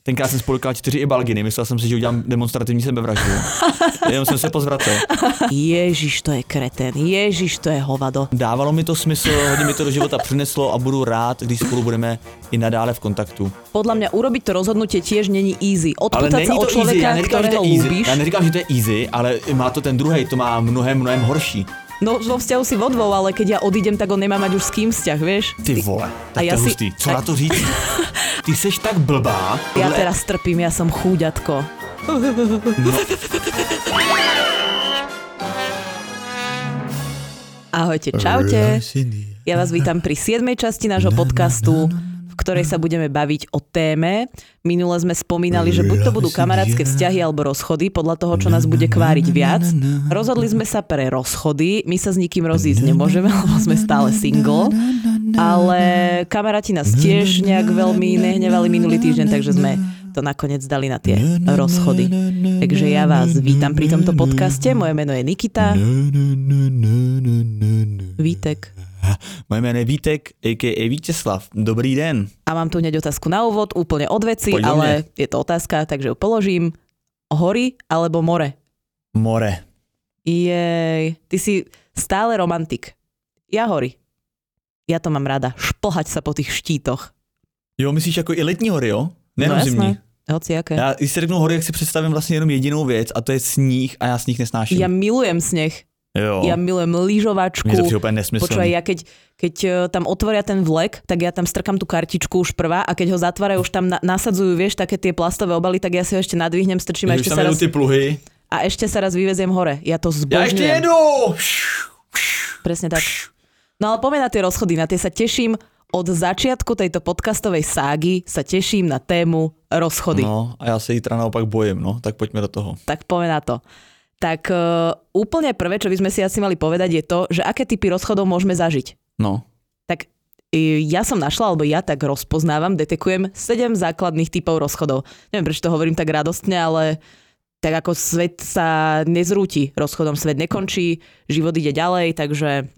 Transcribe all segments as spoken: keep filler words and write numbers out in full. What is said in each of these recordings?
Tenkrát jsem spolkal čtyři ibalginy, myslel jsem si, že udělám demonstrativní sebevraždu. Jenom jsem se pozvracel. Ježiš, to je kretén, ježiš, to je hovado. Dávalo mi to smysl, hodně mi to do života přineslo a budu rád, když spolu budeme i nadále v kontaktu. Podľa mňa urobiť to rozhodnutie tiež není easy. Ale Odpútať sa od človeka, ktorého ľúbiš. Já neříkám, že to je easy, ale má to ten druhej, to má mnohem, mnohem horší. No vo vzťahu si vodvou, ale keď ja odídem, tak on nemá mať už s kým vzťah, vieš? Ty vole, tak ja to je si... hustý. Co tak... na to říct? Ty seš tak blbá. Ja podle... teraz trpím, ja som chúďatko. No. Ahojte, čaute. Ja vás vítam pri siedmej časti nášho podcastu, v ktorej sa budeme baviť o téme. Minule sme spomínali, že buď to budú kamarátske vzťahy alebo rozchody, podľa toho, čo nás bude kváriť viac. Rozhodli sme sa pre rozchody, my sa s nikým rozísť nemôžeme, lebo sme stále single. Ale kamaráti nás tiež nejak veľmi nehnevali minulý týždeň, takže sme to nakoniec dali na tie rozchody. Takže ja vás vítam pri tomto podcaste, moje meno je Nikita. Vítek. Moje jméno je Vítek, a ká a. Vítězslav. Dobrý den. A mám tu hneď otázku na úvod, úplne od veci, Poď ale je to otázka, takže ju položím. Hory alebo more? More. Jej, ty si stále romantik. Ja hory. Ja to mám rada, šplhať sa po tých štítoch. Jo, myslíš jako i letní hory, jo? Nejenom no, zimní. Hoci jaké. Já, když si řeknu hory, jak si představím vlastně jenom jedinou věc a to je sníh a já sníh nesnáším. Ja milujem sneh. Jo. Ja milujem lyžovačku. Mne to přijde úplne nesmyslné. Počúvaj, ja keď, keď tam otvoria ten vlek, tak ja tam strkám tú kartičku už prvá a keď ho zatvárajú, už tam na, nasadzujú, vieš, také tie plastové obaly, tak ja si ho ešte nadvihnem, strčím a ešte sa raz... ty pluhy. A ešte sa raz vyveziem hore. Ja to zbožňujem. Ja ešte jedu! Presne tak. No ale poďme na tie rozchody, na tie sa teším. Od začiatku tejto podcastovej ságy sa teším na tému rozchody. No a ja sa zítra naopak bojím, no, tak poďme do toho. Tak poďme na to. Tak uh, úplne prvé, čo by sme si asi mali povedať, je to, že aké typy rozchodov môžeme zažiť. No. Tak ja som našla, alebo ja tak rozpoznávam, detekujem sedem základných typov rozchodov. Neviem, prečo to hovorím tak radostne, ale tak ako svet sa nezrúti rozchodom, svet nekončí, život ide ďalej, takže,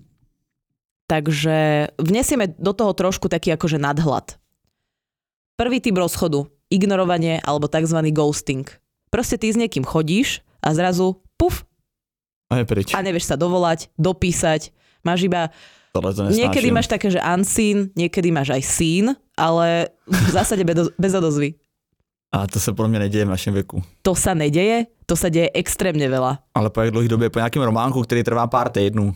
takže vnesieme do toho trošku taký akože nadhľad. Prvý typ rozchodu, ignorovanie alebo tzv. Ghosting. Proste ty s niekým chodíš a zrazu puf a je preč. A nevieš sa dovolať, dopísať, máš iba niekedy máš také, že unseen, niekedy máš aj seen, ale v zásade bez, bez odozvy. A to sa podľa mňa nedeje v našem veku. To sa nedeje, to sa deje extrémne veľa. Ale po jak dlouhý době, po nejakém románku, ktorý trvá pár týdnů.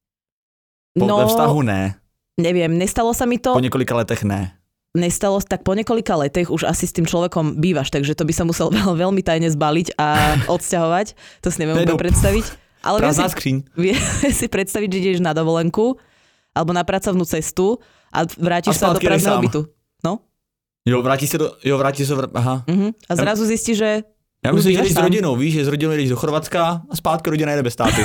Po no, vztahu ne. Neviem, nestalo sa mi to. Po niekoľka letech ne. Nestalo, tak po niekoľka letech už asi s tým človekom bývaš, takže to by sa musel veľ, veľmi tajne zbaliť a odsťahovať. To si neviem úplne predstaviť. Ale vie si, vie si predstaviť, že ideš na dovolenku alebo na pracovnú cestu a vrátiš a sa do prázdneho bytu. No? Jo, vrátiš sa do... Jo, vrátiš sa... Aha. Uh-huh. A zrazu zistíš, že... Ja myslím, že jdeš s rodinou, víš, že s rodinou jdeš do Chorvatska a zpátky rodina jede bez táty.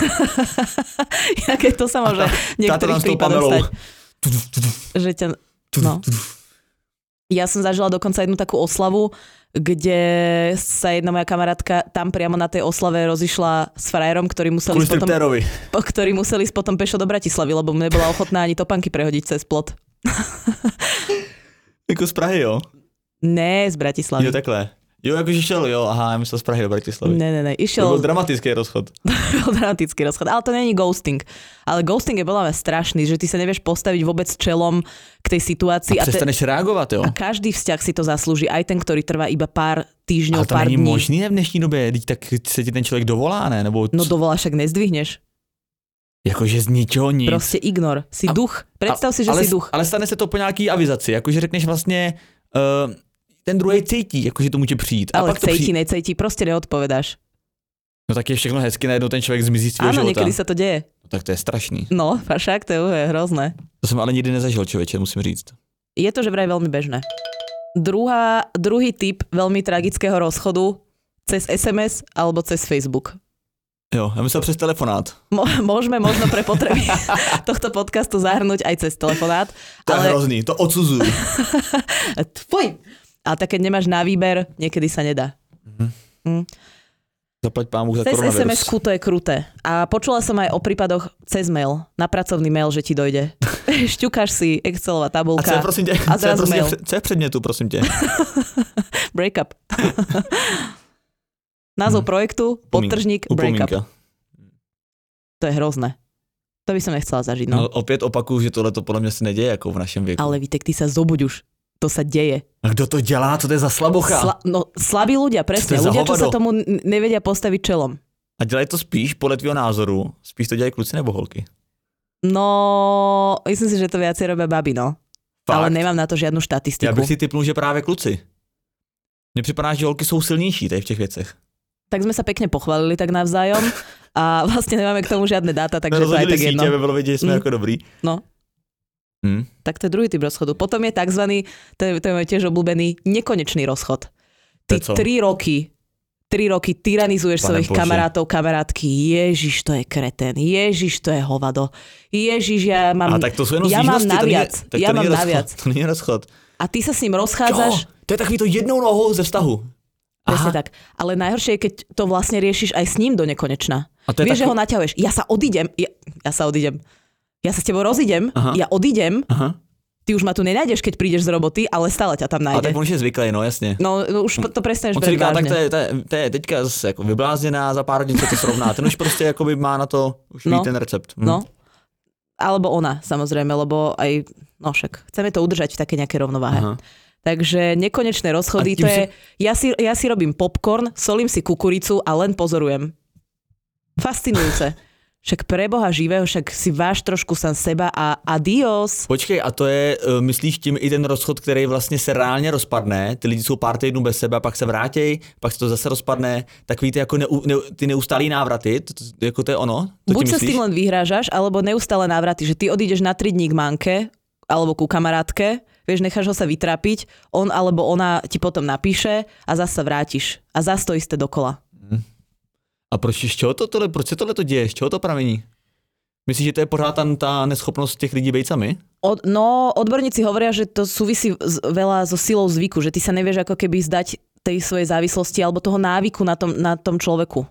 Jaké to sa môže niektorých prípadoch stať. Že ťa... No. Ja som zažila dokonca jednu takú oslavu, kde sa jedna moja kamarátka tam priamo na tej oslave rozišla s frajerom, ktorý museli ísť potom, ktorý museli ísť potom pešo do Bratislavy, lebo mu nebola ochotná ani topánky prehodiť cez plot. Jako z Prahy, jo? Ne, z Bratislavy. Jo, takhle. Jo, jakože šel, jo, aha, ja myslel z Prahy do Bratislavy. Ne, ne, ne, išiel... To bol dramatický rozchod. To bol dramatický rozchod, ale to není ghosting. Ale ghosting je podľa mňa strašný, že ty sa nevieš postaviť vôbec čelom k tej situácii. A, a prestaneš te... reagovať, jo? A každý vzťah si to zaslúži, aj ten, ktorý trvá iba pár týždňov, pár dní. Ale to není možný v dnešní době, tak se ti ten človek dovolá, ne? Nebo... No dovolá, však nezdvihneš. Jakože z ničeho nic. Prostě ignor, si a, duch. Predstav a, si, že ale, si duch. Ale stane se to po nějaký avizaci, jakože řekneš vlastně... Uh, ten druhý cítí, jakože to může přijít. A ale pak to cítí, přijít. necítí, prostě neodpovedáš. No tak je všechno hezky, najednou ten člověk zmizí z tvého života. Áno, niekedy sa to deje. No, tak to je strašný. No, však to je hrozné. To jsem ale nikdy nezažil, člověče, musím říct. Je to, že vraj veľmi bežné. Druhá, druhý typ veľmi tragického rozchodu cez es em es alebo cez Facebook. Jo, ja myslel přes telefonát. Mo- môžeme možno pre potreby tohto podcastu zahrnúť aj cez telefonát. To ale... je hrozný, to odsudzujú. Fuj! Ale tak keď nemáš na výber, niekedy sa nedá. Mm-hmm. Mm. Zaplať pámu za cez koronavirus. es em esku to je kruté. A počula som aj o prípadoch cez mail, na pracovný mail, že ti dojde. Šťukáš si Excelová tabulka. A co je, prosím tě, a co je, prosím mail. tě, co je v předmětu, prosím tě? Breakup. Názov hmm. projektu, podtržník, breakup. To je hrozné. To by som nechcela zažiť. No, no opět opakuju, že tohle to podle mě se neděje jako v našem věku. Ale Vítek, ty sa zobuď už. To sa deje. A kdo to dělá? Co to je za slabocha? Sla- no, slabí ľudia, presne. Ľudia, čo sa tomu nevedia postaviť čelom. A dělají to spíš, podle tvýho názoru, spíš to dělají kluci nebo holky? No, myslím si, že to viacej robia baby, no. Fakt? Ale nemám na to žiadnu štatistiku. Já bych si tipnul, že právě kluci. Mně připadá, že holky jsou silnější tady v těch věcech. Tak sme sa pekne pochválili tak navzájom a vlastne nemáme k tomu žiadne dáta, takže to aj tak jedno. By bylo vidět, že jsme mm. jako dobrý. No. Hmm. Tak to je druhý typ rozchodu. Potom je takzvaný, to je, to je tiež obľúbený, nekonečný rozchod. Ty tri roky, tri roky tyranizuješ Pane svojich Bože. kamarátov, kamarátky. Ježiš, to je kretén. Ježiš, to je hovado. Ježiš, ja mám, a tak to sú jenom ja mám naviac. To nie, ja mám naviac. To nie je rozchod. A ty sa s ním rozchádzaš. Jo, to je takový to jednou nohou ze vztahu. Presne tak. Ale najhoršie je, keď to vlastne riešiš aj s ním do nekonečna. Vieš, taký... že ho naťahuješ. Ja sa odídem. Ja, ja sa odídem. Ja sa s tebou rozídem. Aha. Ja odídem. Aha. Ty už ma tu nenájdeš, keď prídeš z roboty, ale stále ťa tam nájde. A tak on už je zvyklý, no jasně. No, no už to prestaneš brať vážne. Tak to je, to, je, to je teďka jako vyblázněná, za pár hodin se to srovná. Ten už prostě jakoby má na to už no. ten recept. Hm. No. Alebo ona, samozrejme, lebo aj, no však, chceme to udržať v také nejaké rovnováhe. Aha. Takže nekonečné rozchody, to je, si... Ja, si, ja si robím popcorn, solím si kukuricu a len pozorujem. Fascinujúce. Však pre Boha živého, však si váš trošku sám seba a adios. Počkej, a to je, myslíš tím i ten rozchod, který vlastně se reálně rozpadne, ty lidi jsou pár týdnů bez sebe, pak se vrátějí, pak se to zase rozpadne, takový ty jako ne, ne, ty neustálý návraty, to, to, jako to je ono? To buď sa s tým len vyhrážaš, alebo neustále návraty, že ty odídeš na tri dní k manke, alebo ku kamarátke, vieš, necháš ho sa vytrápiť, on alebo ona ti potom napíše a zase sa vrátiš. A zase to isté dokola. Hmm. A proč, z čeho to tohle, proč se tohle to děje? Z čeho to pramení? Myslíš, že to je pořád tam ta neschopnost těch lidí bejt sami? Od, no, odborníci hovoria, že to súvisí z, veľa so silou zvyku, že ty sa nevieš ako keby zdať tej svojej závislosti alebo toho návyku na tom, na tom človeku.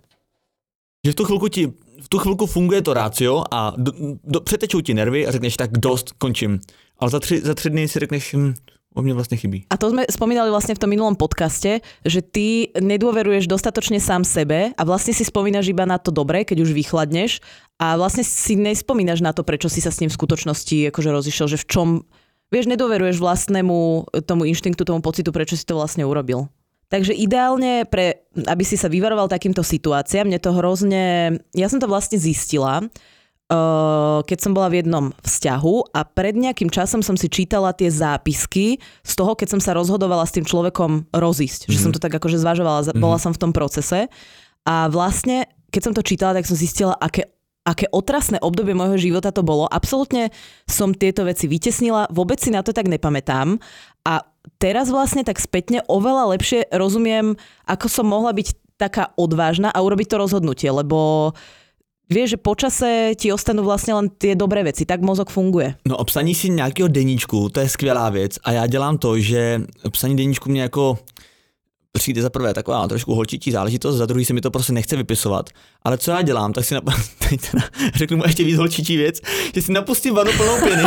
Že v tu chvilku ti, v tu chvilku funguje to rácio a do, do, přetečou ti nervy a řekneš tak dost, končím. Ale za tři, za tři dny si řekneš, hm, o mne vlastne chybí. A to sme spomínali vlastne v tom minulom podcaste, že ty nedôveruješ dostatočne sám sebe a vlastne si spomínaš iba na to dobré, keď už vychladneš a vlastne si nespomínaš na to, prečo si sa s ním v skutočnosti akože rozišiel, že v čom, vieš, nedôveruješ vlastnému tomu inštinktu, tomu pocitu, prečo si to vlastne urobil. Takže ideálne, pre, aby si sa vyvaroval takýmto situáciám, mne to hrozne, ja som to vlastne zistila, keď som bola v jednom vzťahu a pred nejakým časom som si čítala tie zápisky z toho, keď som sa rozhodovala s tým človekom rozísť. Mm-hmm. Že som to tak akože zvažovala, mm-hmm. bola som v tom procese a vlastne, keď som to čítala, tak som zistila, aké, aké otrasné obdobie môjho života to bolo. Absolútne som tieto veci vytesnila, vôbec si na to tak nepamätám a teraz vlastne tak spätne oveľa lepšie rozumiem, ako som mohla byť taká odvážna a urobiť to rozhodnutie, lebo vieš, že počase ti ostanú vlastne len tie dobré veci, tak mozog funguje. No o psaní si nějakého deníčku, to je skvělá věc a já dělám to, že psaní deníčku mě jako přijde za prvé taková trošku holčičí záležitost, za druhý se mi to prostě nechce vypisovat, ale co já dělám, tak si nap... řeknu mu ještě víc holčičí věc, že si napustím vanu plnou pěny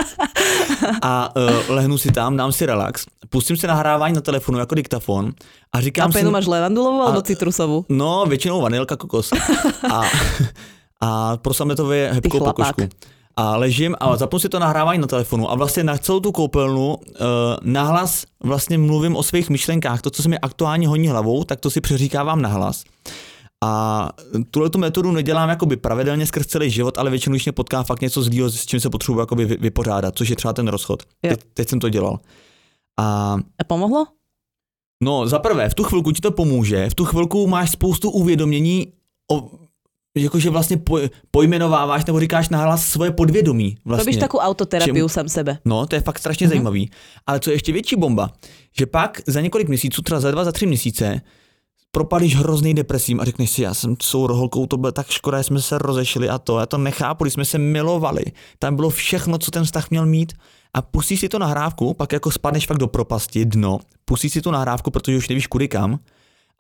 a uh, lehnu si tam, dám si relax, pustím si nahrávání na telefonu jako diktafon a říkám a si... A pěnu máš levandulovou alebo citrusovou? No, většinou vanilka, kokos. A, a pro sametově hebkou pokožku. A ležím a zapnu si to nahrávání na telefonu a vlastně na celou tu koupelnu uh, nahlas vlastně mluvím o svých myšlenkách. To, co se mi aktuálně honí hlavou, tak to si přeříkávám nahlas. A tuhletu metodu nedělám jakoby pravidelně skrz celý život, ale většinou, když mě potká fakt něco zlýho, s čím se potřebuji jakoby vypořádat, což je třeba ten rozchod. Teď, teď jsem to dělal. A, a pomohlo? No, za prvé, v tu chvilku ti to pomůže, v tu chvilku máš spoustu uvědomění o... jakože vlastně poj, pojmenováváš nebo říkáš nahlas svoje podvědomí. Vlastně. Robíš takovou autoterapiu sám sebe. No, to je fakt strašně uh-huh. zajímavý. Ale co je ještě větší bomba, že pak za několik měsíců, třeba za dva, za tři měsíce, propadíš hrozný depresím a řekneš si, já jsem svou roholkou, to bylo tak škoda, jsme se rozešli a to, já to nechápu, když jsme se milovali. Tam bylo všechno, co ten vztah měl mít. A pustíš si to nahrávku, pak jako spadneš fakt do propasti, dno, pustíš si tu nahrávku, protože už nevíš kudy kam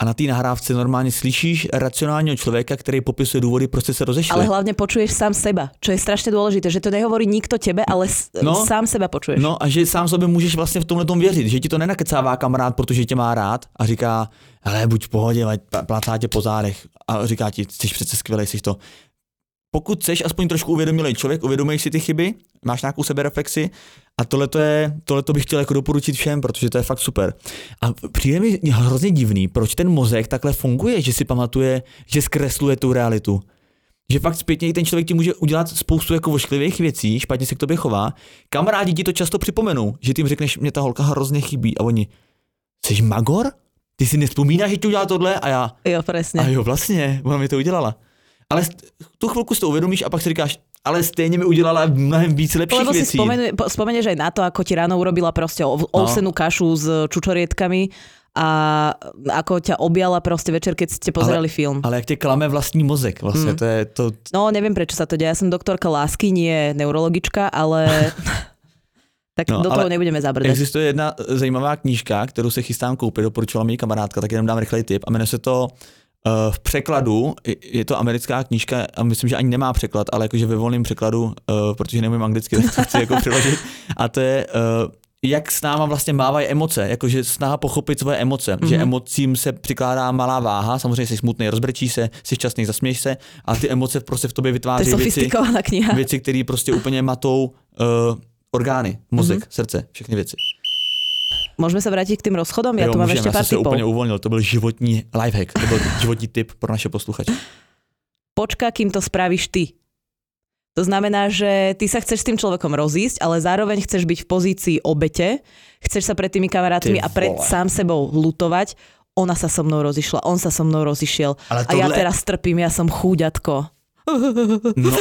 a na té nahrávce normálně slyšíš racionálního člověka, který popisuje důvody, proč se rozešli. Ale hlavně počuješ sám seba, čo je strašně důležité, že to nehovorí nikto tebe, ale no, sám seba počuješ. No a že sám sobě můžeš vlastně v tomhle tom věřit, že ti to nenakecává kamarád, protože tě má rád a říká, hele, buď v pohodě, plácá tě po zádech a říká ti, jsi přece skvělej, jsi to. Pokud jsi aspoň trošku uvědomilý člověk, uvědomuješ si ty chyby, máš nějakou sebereflexi a tohleto je, tohleto bych chtěl jako doporučit všem, protože to je fakt super. A přijde mi hrozně divný, proč ten mozek takhle funguje, že si pamatuje, že zkresluje tu realitu. Že fakt zpětně i ten člověk ti může udělat spoustu jako ošklivých věcí, špatně se k tobě chová. Kamarádi ti to často připomenou, že ty jim řekneš, mě ta holka hrozně chybí a oni, jsi magor? Ty si nevzpomínáš, že ti udělala tohle? A já, jo, presne. A jo, vlastně, ona mi to udělala. Ale tu chvilku si to uvědomíš a pak si říkáš, ale stejně mi udělala mnohem víc lepších Lebo věcí. Lebo si spomenieš aj na to, ako ti ráno urobila proste ovsenú no. kašu s čučorietkami a ako ťa objala proste večer, keď ste pozerali ale, film. Ale jak tě klame vlastní mozek, vlastně, mm. to je to... No, neviem, prečo sa to deje. Ja som doktorka lásky, nie neurologička, ale... tak no, do toho nebudeme zabrdať. Existuje jedna zajímavá knížka, kterou se chystám koupit, doporučila mi kamarádka, tak jenom dám rychlej tip a jmenuje se to v překladu, je to americká knížka a myslím, že ani nemá překlad, ale jakože ve volném překladu, protože neumím anglicky, tak to chci jako přeložit. A to je, jak s náma vlastně mávají emoce, jakože snaha pochopit svoje emoce, mm-hmm. že emocím se přikládá malá váha, samozřejmě jsi smutný, rozbrečíš se, jsi šťastný, zasměješ se a ty emoce prostě v tobě vytváří věci, věci, které prostě úplně matou uh, orgány, mozek, mm-hmm. srdce, všechny věci. Môžeme sa vrátiť k tým rozchodom? Ja jo, tu mám ešte pár tipov. Ja som sa úplne uvoľnil, to byl životní lifehack, to byl životní tip pro naše posluchače. Počká, kým to spravíš ty. To znamená, že ty sa chceš s tým človekom rozísť, ale zároveň chceš byť v pozícii obete, chceš sa pred tými kamarátmi a pred sám sebou lutovať. Ona sa so mnou rozišla, on sa so mnou rozišiel a tohle... ja teraz trpím, ja som chúďatko. No.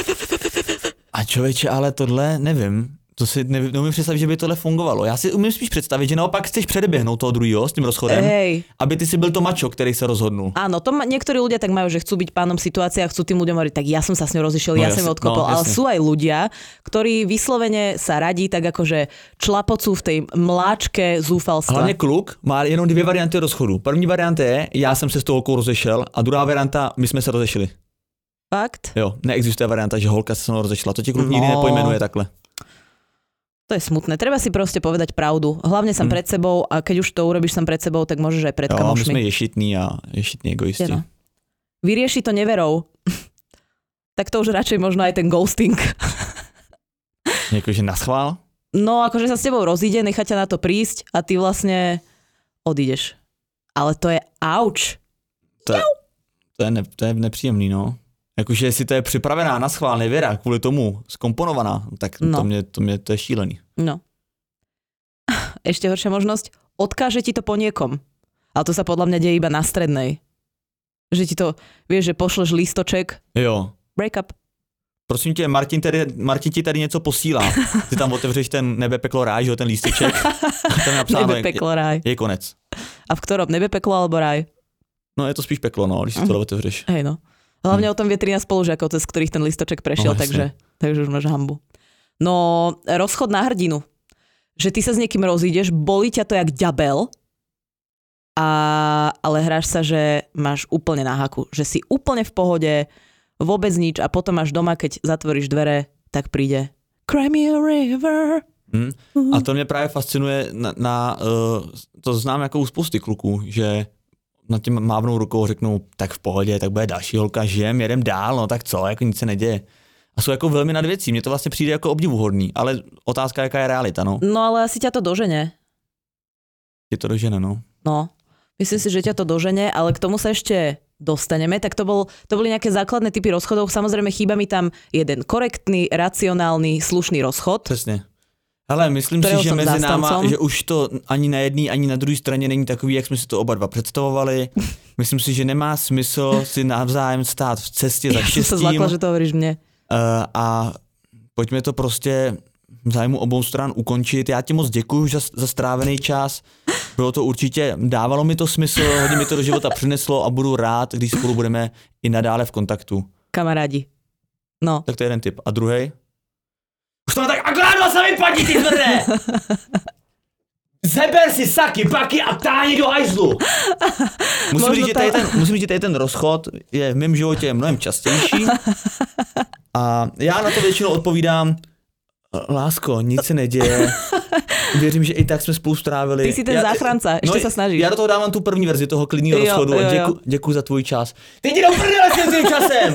A člověče, ale tohle nevím. To si neumím představit, že by tohle fungovalo. Já si umím spíš představit, že naopak chceš předeběhnout toho druhého s tím rozchodem, Ej. aby ty si byl to mačo, který se rozhodnul. Áno, to ma, niektorí ľudia tak majú, že chcú byť pánom situácie a chcú tým ľuďom hovoriť, tak ja som sa s ňou rozišiel, no, ja som ju odkopol, no, ale sú aj ľudia, ktorí vyslovene sa radí tak akože člapocú v tej mláčke zúfalstva. Hlavně kluk má jenom dvě varianty rozchodu. První varianta je, já jsem se s tou holkou rozešel a druhá varianta, my jsme se rozešli. Fakt? Jo, neexistuje varianta, že holka se se mnou rozešla. To ti kluk no. nikdy nepojmenuje takhle. To je smutné. Treba si proste povedať pravdu. Hlavne sám hmm. pred sebou a keď už to urobíš sám pred sebou, tak môžeš aj pred kamošmi. Jo, my sme ješitní a ješitní egoisti. No. Vyrieši to neverou. Tak to už radšej možno aj ten ghosting. Jakože naschvál? No, akože sa s tebou rozíde, nechá ťa na to prísť a ty vlastne odídeš. Ale to je auč. To je, to je, ne, to je nepříjemný, no. Jakože jestli to je připravená na schvál nevěra, kvůli tomu skomponovaná, tak no. to, mě, to, mě, to je šílený. No. Ešte horšia možnosť, odkáže ti to po niekom. Ale to sa podľa mňa deje iba na strednej. Že ti to, vieš, že pošleš lístoček. Jo. Break up. Prosím tě, Martin, tady, Martin ti tady něco posílá. Ty tam otevřeš ten nebe, peklo, ráj, že ten lísteček. Tam je napsáno, nebe, peklo, ráj. Je, je konec. A v ktorom? Nebe, peklo alebo ráj? No je to spíš peklo, no, když si to otevřeš. Hej, no. Hlavne hmm. o tom vie trinásť spolužiakov, cez ktorých ten listoček prešiel, no, takže, takže už máš hanbu. No, rozchod na hrdinu. Že ty sa s niekým rozídeš, bolí ťa to jak ďabel, a, ale hráš sa, že máš úplne na haku. Že si úplne v pohode, vôbec nič a potom až doma, keď zatvoríš dvere, tak príde Cry me a river. Hmm. A to mě právě fascinuje na, na uh, to znám jako u spousty kluků, že nad tím mávnou rukou řeknou, tak v pohodě, tak bude další holka, žijem, jedem dál, no tak co, jako nic se neděje. A jsou jako velmi nad věcí, mně to vlastně přijde jako obdivuhodný, ale otázka, jaká je realita, no. No ale asi ťa to dožene. Je to dožene, no. No, myslím si, že ťa to dožene, ale k tomu sa ešte dostaneme, tak to, bol, to boli nejaké základné typy rozchodov, samozrejme chýba mi tam jeden korektný, racionálny, slušný rozchod. Přesně. Ale myslím si, že mezi náma, že už to ani na jedné, ani na druhé straně není takový, jak jsme si to oba dva představovali. Myslím si, že nemá smysl si navzájem stát v cestě za štěstím. Já jsem se zlakla, že to hovoríš mně. Uh, a pojďme to prostě v zájmu obou stran ukončit. Já ti moc děkuju za, za strávený čas. Bylo to určitě, dávalo mi to smysl, hodně mi to do života přineslo a budu rád, když spolu budeme i nadále v kontaktu. Kamarádi. No. Tak to je jeden tip. A druhej? Už to tak akládla se vypadí, ty tvrdé! Zeber si saky, baky a táni do hajzlu! Musím říct, že tady ten, musím říct, že tady ten rozchod je v mém životě mnohem častější a já na to většinou odpovídám, lásko, nic se neděje, věřím, že i tak jsme spolu strávili. Ty jsi ten já, záchranca, ještě no, se snažíš. Já do toho dávám tu první verzi toho klidného rozchodu jo, jo, a děku, děkuji za tvůj čas. Ty ti do prdele s tím časem!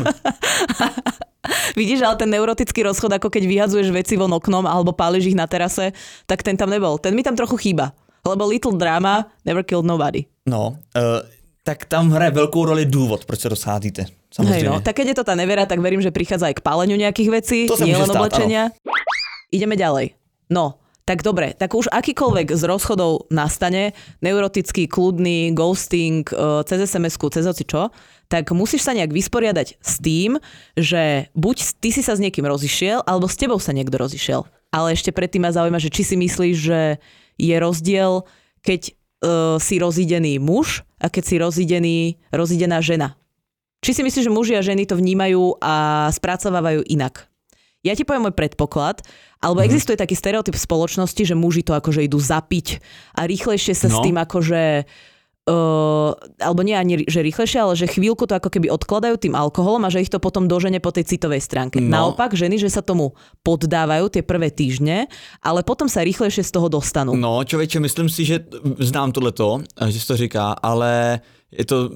Vidíš, ale ten neurotický rozchod, ako keď vyhadzuješ veci von oknom alebo páliš ich na terase, tak ten tam nebol. Ten mi tam trochu chýba. Lebo little drama never killed nobody. No, uh, tak tam hraje veľkou roli dôvod, proč sa rozcházíte. Hej no, tak keď je to tá nevera, tak verím, že prichádza aj k páleniu nejakých vecí, nie len oblečenia. Ideme ďalej. No, tak dobre, tak už akýkoľvek z rozchodov nastane, neurotický, kľudný, ghosting, uh, cez es em esku, cez hocičo, tak musíš sa nejak vysporiadať s tým, že buď ty si sa s niekým rozišiel, alebo s tebou sa niekto rozišiel. Ale ešte predtým ma zaujíma, že či si myslíš, že je rozdiel, keď uh, si rozídený muž a keď si rozídený, rozídená žena. Či si myslíš, že muži a ženy to vnímajú a spracovávajú inak? Ja ti poviem môj predpoklad, alebo mm. existuje taký stereotyp v spoločnosti, že muži to akože idú zapiť a rýchlejšie sa no. s tým akože Uh, alebo nie ani, že rýchlejšie, ale že chvíľku to ako keby odkladajú tým alkoholom a že ich to potom dožene po tej citovej stránke. No. Naopak, ženy, že sa tomu poddávajú tie prvé týždne, ale potom sa rýchlejšie z toho dostanú. No, člověče, myslím si, že znám tohleto, že si to říká, ale je to...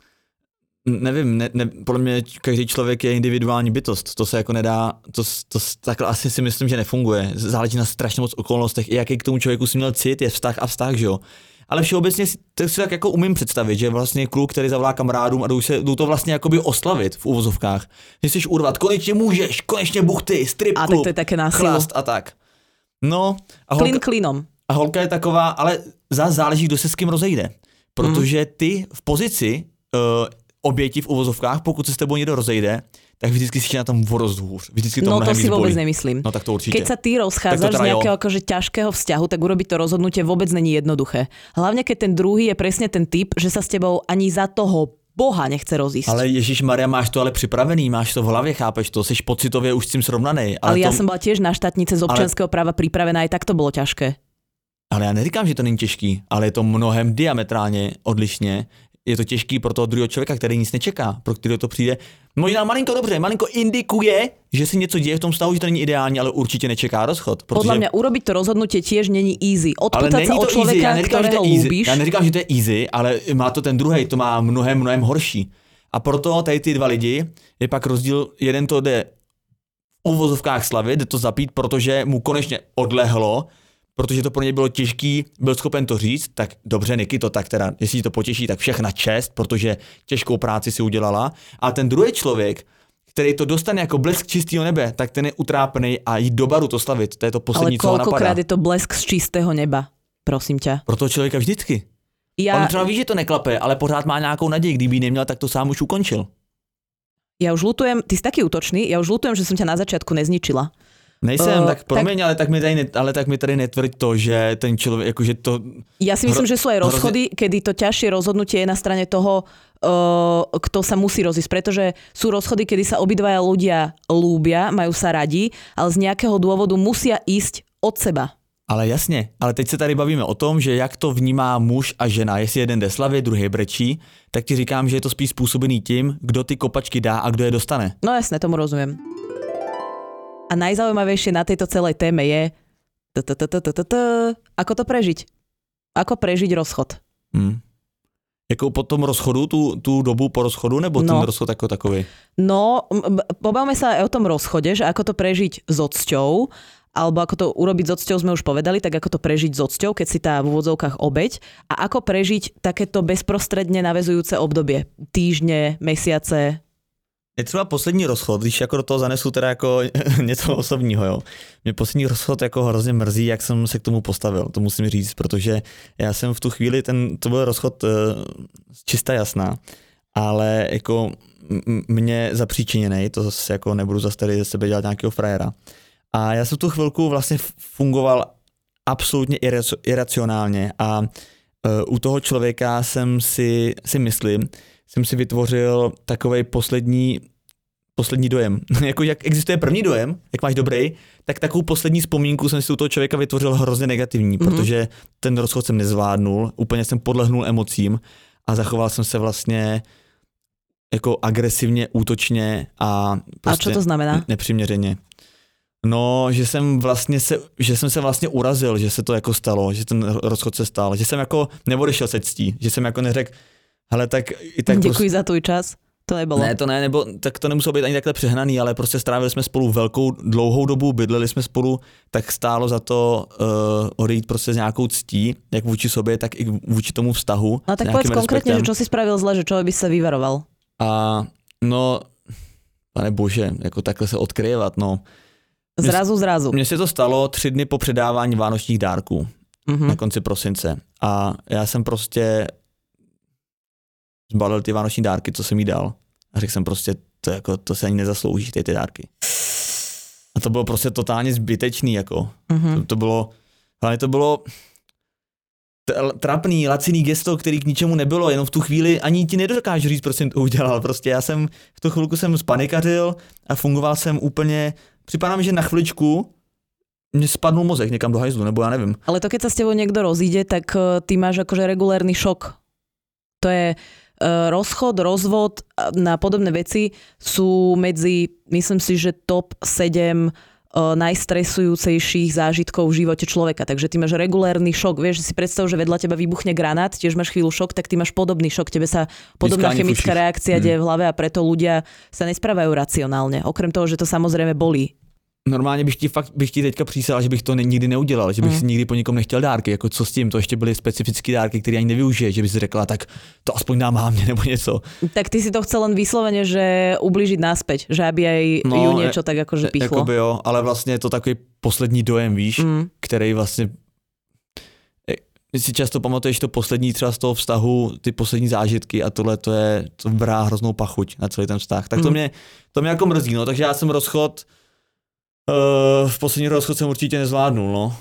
Nevím, ne, ne, podle mě každý člověk je individuální bytost, to se jako nedá, to, to takhle asi si myslím, že nefunguje. Záleží na strašně moc okolnostech, i jaký k tomu člověku si měl cit, je vztah a vztah, že jo. Ale všeobecně si, si tak jako umím představit, že vlastně kluk, který zavolá kamarádům a jdou, se, jdou to vlastně jakoby oslavit v uvozovkách. Že chceš urvat, konečně můžeš, konečně buchty, strip klub, a tak to je také chlast a tak. No. A holka, klin klinom. A holka je taková, ale zás záleží, kdo se s kým rozejde. Protože ty v pozici uh, oběti v uvozovkách, pokud se s tebou někdo rozejde, tak vždycky si na tom vorost hůř. Vždycky to no to si vôbec bolí. Nemyslím. No tak to určite. Keď sa ty rozchádzaš z nejakého akože ťažkého vzťahu, tak urobiť to rozhodnutie vôbec není jednoduché. Hlavne keď ten druhý je presne ten typ, že sa s tebou ani za toho Boha nechce rozísť. Ale Ježišmaria, máš to ale připravený, máš to v hlavě, chápeš to, jsi pocitově už s tím srovnaný. Ale, ale ja to... som bola tiež na štátnice z občianskeho ale... práva pripravená, aj tak to bolo ťažké. Ale já neříkám, že to není těžký, ale je to mnohem diametrálně odlišně. Je to těžký pro toho druhého člověka, který nic nečeká, pro kterého to přijde. Možná malinko dobře, malinko indikuje, že si něco děje v tom stavu, že to není ideální, ale určitě nečeká rozchod. Protože... Podľa mňa urobiť to rozhodnutie tiež není easy. Odputať sa od človeka, ktorého ľúbiš. Já neříkám, že to je easy, ale má to ten druhej, to má mnohem, mnohem horší. A proto tady ty dva lidi, je pak rozdíl, jeden to jde v uvozovkách slavit, jde to zapít, protože mu konečně odlehlo, protože to pro něj bylo těžký, byl schopen to říct, tak dobře, Niky, to tak teda, jestli to potěší, tak všechna čest, protože těžkou práci si udělala. A ten druhý člověk, který to dostane jako blesk čistého nebe, tak ten je utrápený a jít do baru to slavit, to je to poslední, co ho napadá. Ale koľkokrát je to blesk z čistého neba, prosím ťa. Pro toho člověka vždycky. Ja... On třeba ví, že to neklape, ale pořád má nějakou naději, kdyby ji neměl, tak to sám už ukončil. Ja už ľutujem, ty si taký útočný, ja už ľutujem, že som ťa na začiatku nezničila. Nejsem, uh, tak promiň, tak, ale, tak mi tady ne, ale tak mi tady netvrď to, že ten člověk, jakože to... Ja si myslím, hro, že sú aj rozchody, hrozne... kedy to ťažšie rozhodnutie je na strane toho, uh, kto sa musí rozísť, pretože sú rozchody, kedy sa obidvaja ľudia lúbia, majú sa radi, ale z nejakého dôvodu musia ísť od seba. Ale jasně, ale teď se tady bavíme o tom, že jak to vnímá muž a žena, jestli jeden jde slavit, druhý brečí, tak ti říkám, že je to spíš způsobený tím, kdo ty kopačky dá a kdo je dostane. No jasne, tomu rozumiem. A najzaujímavejšie na tejto celej téme je, ako to prežiť. Ako prežiť rozchod. Hmm. Jako po tom rozchodu, tu, tu dobu po rozchodu, nebo ten no. rozchod ako takový? No, pobavme sa aj o tom rozchode, že ako to prežiť s ocťou, alebo ako to urobiť s ocťou sme už povedali, tak ako to prežiť s ocťou, keď si tá v úvodzovkách obeť, a ako prežiť takéto bezprostredne naväzujúce obdobie. Týždne, mesiace. Je třeba poslední rozchod, když jako do toho zanesu teda jako něco osobního, jo. Mě poslední rozchod jako hrozně mrzí, jak jsem se k tomu postavil, to musím říct, protože já jsem v tu chvíli, ten, to byl rozchod uh, čista jasná, ale jako m- mě zapříčiněnej, to zase jako nebudu zase tady ze sebe dělat nějakého frajera. A já jsem v tu chvilku vlastně fungoval absolutně irac- iracionálně a uh, u toho člověka jsem si, si myslím, jsem si vytvořil takovej poslední, poslední dojem. Jako jak existuje první dojem, jak máš dobrý, tak takovou poslední vzpomínku jsem si u toho člověka vytvořil hrozně negativní, mm-hmm. protože ten rozchod jsem nezvládnul, úplně jsem podlehnul emocím a zachoval jsem se vlastně jako agresivně, útočně a prostě a čo to znamená? Nepřiměřeně. No, že jsem vlastně se, že jsem se vlastně urazil, že se to jako stalo, že ten rozchod se stal, že jsem jako neodešel se ctí, že jsem jako neřekl, hele tak i tak Děkuji prostě... za tvůj čas. To nebylo. Ne, to ne, nebo tak to nemuselo být ani takhle přehnaný, ale prostě strávili jsme spolu velkou, dlouhou dobu, bydleli jsme spolu, tak stálo za to uh, odejít prostě s nějakou ctí, jak vůči sobě, tak i vůči tomu vztahu. No tak povedz konkrétně, že čo si spravil zle, že čo by se vyvaroval. A no, pane bože, jako takhle se odkryvat, no. Zrazu, zrazu. Mně se to stalo tři dny po předávání vánočních dárků mm-hmm. na konci prosince a já jsem prostě zbalil ty vánoční dárky, co jsem jí dal. A řekl jsem prostě, to, jako, to se ani nezaslouží, ty, ty dárky. A to bylo prostě totálně zbytečný, jako. Mm-hmm. To, to bylo, hlavně to bylo trapný, laciný gesto, který k ničemu nebylo, jenom v tu chvíli ani ti nedokážu říct, proč jsem to udělal. Prostě já jsem, v tu chvilku jsem spanikařil a fungoval jsem úplně, připadá mi, že na chviličku mne spadnul mozek někam do hajzlu, nebo já nevím. Ale to, keď sa s tebou niekto rozíde, tak ty máš akože regulérny šok. To je rozchod, rozvod na podobné veci sú medzi, myslím si, že top sedem najstresujúcejších zážitkov v živote človeka. Takže ty máš regulérny šok. Vieš, si predstav, že vedľa teba vybuchne granát, tiež máš chvíľu šok, tak ty máš podobný šok. Tebe sa podobná Vyskání chemická fušíš. reakcia hmm. deje v hlave a preto ľudia sa nesprávajú racionálne. Okrem toho, že to samozrejme bolí. Normálně bych ti fakt bych ti teďka přísal, že bych to nikdy neudělal, že bych mm. si nikdy po nikom nechtěl dárky, jako co s tím, to ještě byly specifické dárky, které ani nevyužije, že by si řekla, tak to aspoň dám mámě nebo něco. Tak ty si to chcel len vyslovene, že ublížiť naspäť, že aby aj no, ju niečo tak akože pichlo. Jakoby jo, ale vlastně je to takový poslední dojem, víš, mm. který vlastně si často pamatuješ to poslední třeba z toho vztahu, ty poslední zážitky a tohle to je, to vrá hroznou pachuť na celý ten vztah. Tak to mm. mě, to mě jako mrzí, no, takže já jsem rozchod Uh, v poslední rozchod jsem určitě nezvládnul, no.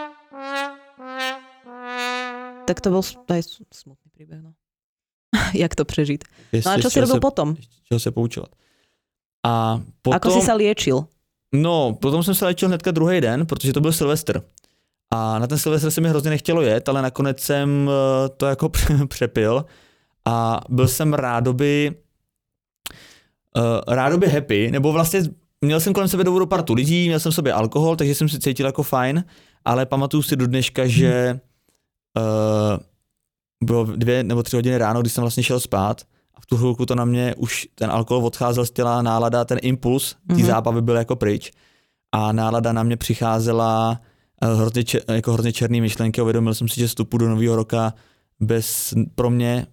Tak to byl aj smutný příběh, no. Jak to přežít? Jestli, no a čo si robil se, potom? Čeho se poučovat. A potom... Ako si sa liečil? No, potom jsem se léčil hnedka druhý den, protože to byl Silvestr. A na ten Silvestr se mi hrozně nechtělo jet, ale nakonec jsem to jako přepil a byl jsem rádoby uh, rádoby happy, nebo vlastně měl jsem kolem sebe dobrou partu lidí, měl jsem v sobě alkohol, takže jsem se cítil jako fajn, ale pamatuju si do dneška, že uh, bylo dvě nebo tři hodiny ráno, když jsem vlastně šel spát a v tu chvilku to na mě už ten alkohol odcházel z těla, nálada, ten impuls té mm-hmm. zábavy byl jako pryč a nálada na mě přicházela uh, hrozně, čer, jako hrozně černý myšlenky a uvědomil jsem si, že vstupu do nového roka bez pro mě,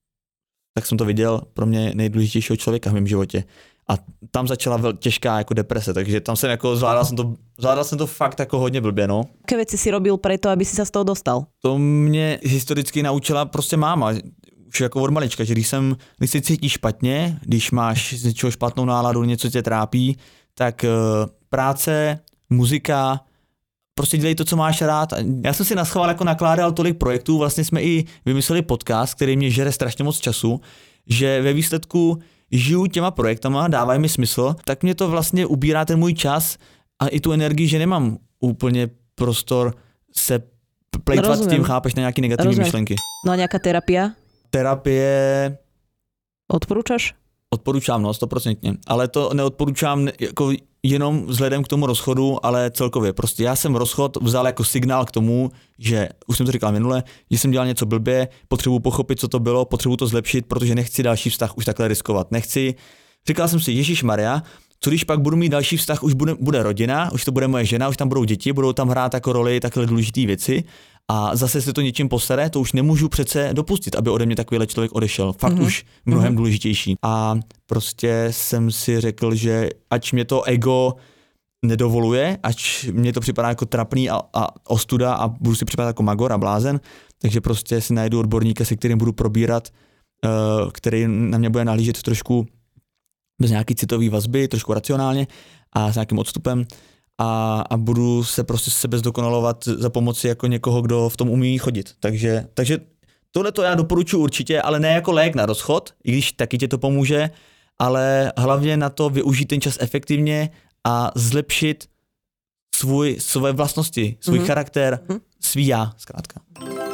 tak jsem to viděl, pro mě nejdůležitějšího člověka v mém životě. A tam začala vel, těžká jako deprese, takže tam jsem jako zvládal jsem to, zvládal jsem to fakt jako hodně blbě, no. Jaké věci si robil preto, aby si se z toho dostal? To mě historicky naučila prostě máma, už jako od malička, že když jsem, když se cítíš špatně, když máš z něčeho špatnou náladu, něco tě trápí, tak uh, práce, muzika, prostě dělej to, co máš rád. Já jsem si naschvál jako nakládal tolik projektů, vlastně jsme i vymysleli podcast, který mě žere strašně moc času, že ve výsledku žiju těma projektama, dávají mi smysl, tak mě to vlastně ubírá ten můj čas a i tu energii, že nemám úplně prostor se plejtvat s tím, chápeš, na nějaký negativní Rozumiem. myšlenky. No a nějaká terapia? Terapie... Odporúčaš? Odporučám, no, stoprocentně. Ale to neodporučám jako jenom vzhledem k tomu rozchodu, ale celkově. Prostě já jsem rozchod vzal jako signál k tomu, že, už jsem to říkal minule, že jsem dělal něco blbě, potřebuji pochopit, co to bylo, potřebuji to zlepšit, protože nechci další vztah už takhle riskovat. Nechci, říkal jsem si, Ježišmarja, co když pak budu mít další vztah, už bude, bude rodina, už to bude moje žena, už tam budou děti, budou tam hrát jako roli takhle důležité věci a zase se to něčím posere, to už nemůžu přece dopustit, aby ode mě takovýhle člověk odešel. Fakt mm-hmm. už mnohem mm-hmm. důležitější. A prostě jsem si řekl, že ač mě to ego nedovoluje, ač mě to připadá jako trapný a, a ostuda a budu si připadat jako magor a blázen, takže prostě si najdu odborníka, se kterým budu probírat, uh, který na mě bude nahlížet trošku bez nějaký citový vazby, trošku racionálně a s nějakým odstupem a, a budu se prostě sebe zdokonalovat za pomoci jako někoho, kdo v tom umí chodit. Takže, takže tohle to já doporučuji určitě, ale ne jako lék na rozchod, i když taky tě to pomůže, ale hlavně na to využít ten čas efektivně a zlepšit svůj, své vlastnosti, svůj mm-hmm. charakter, mm-hmm. svý já, zkrátka.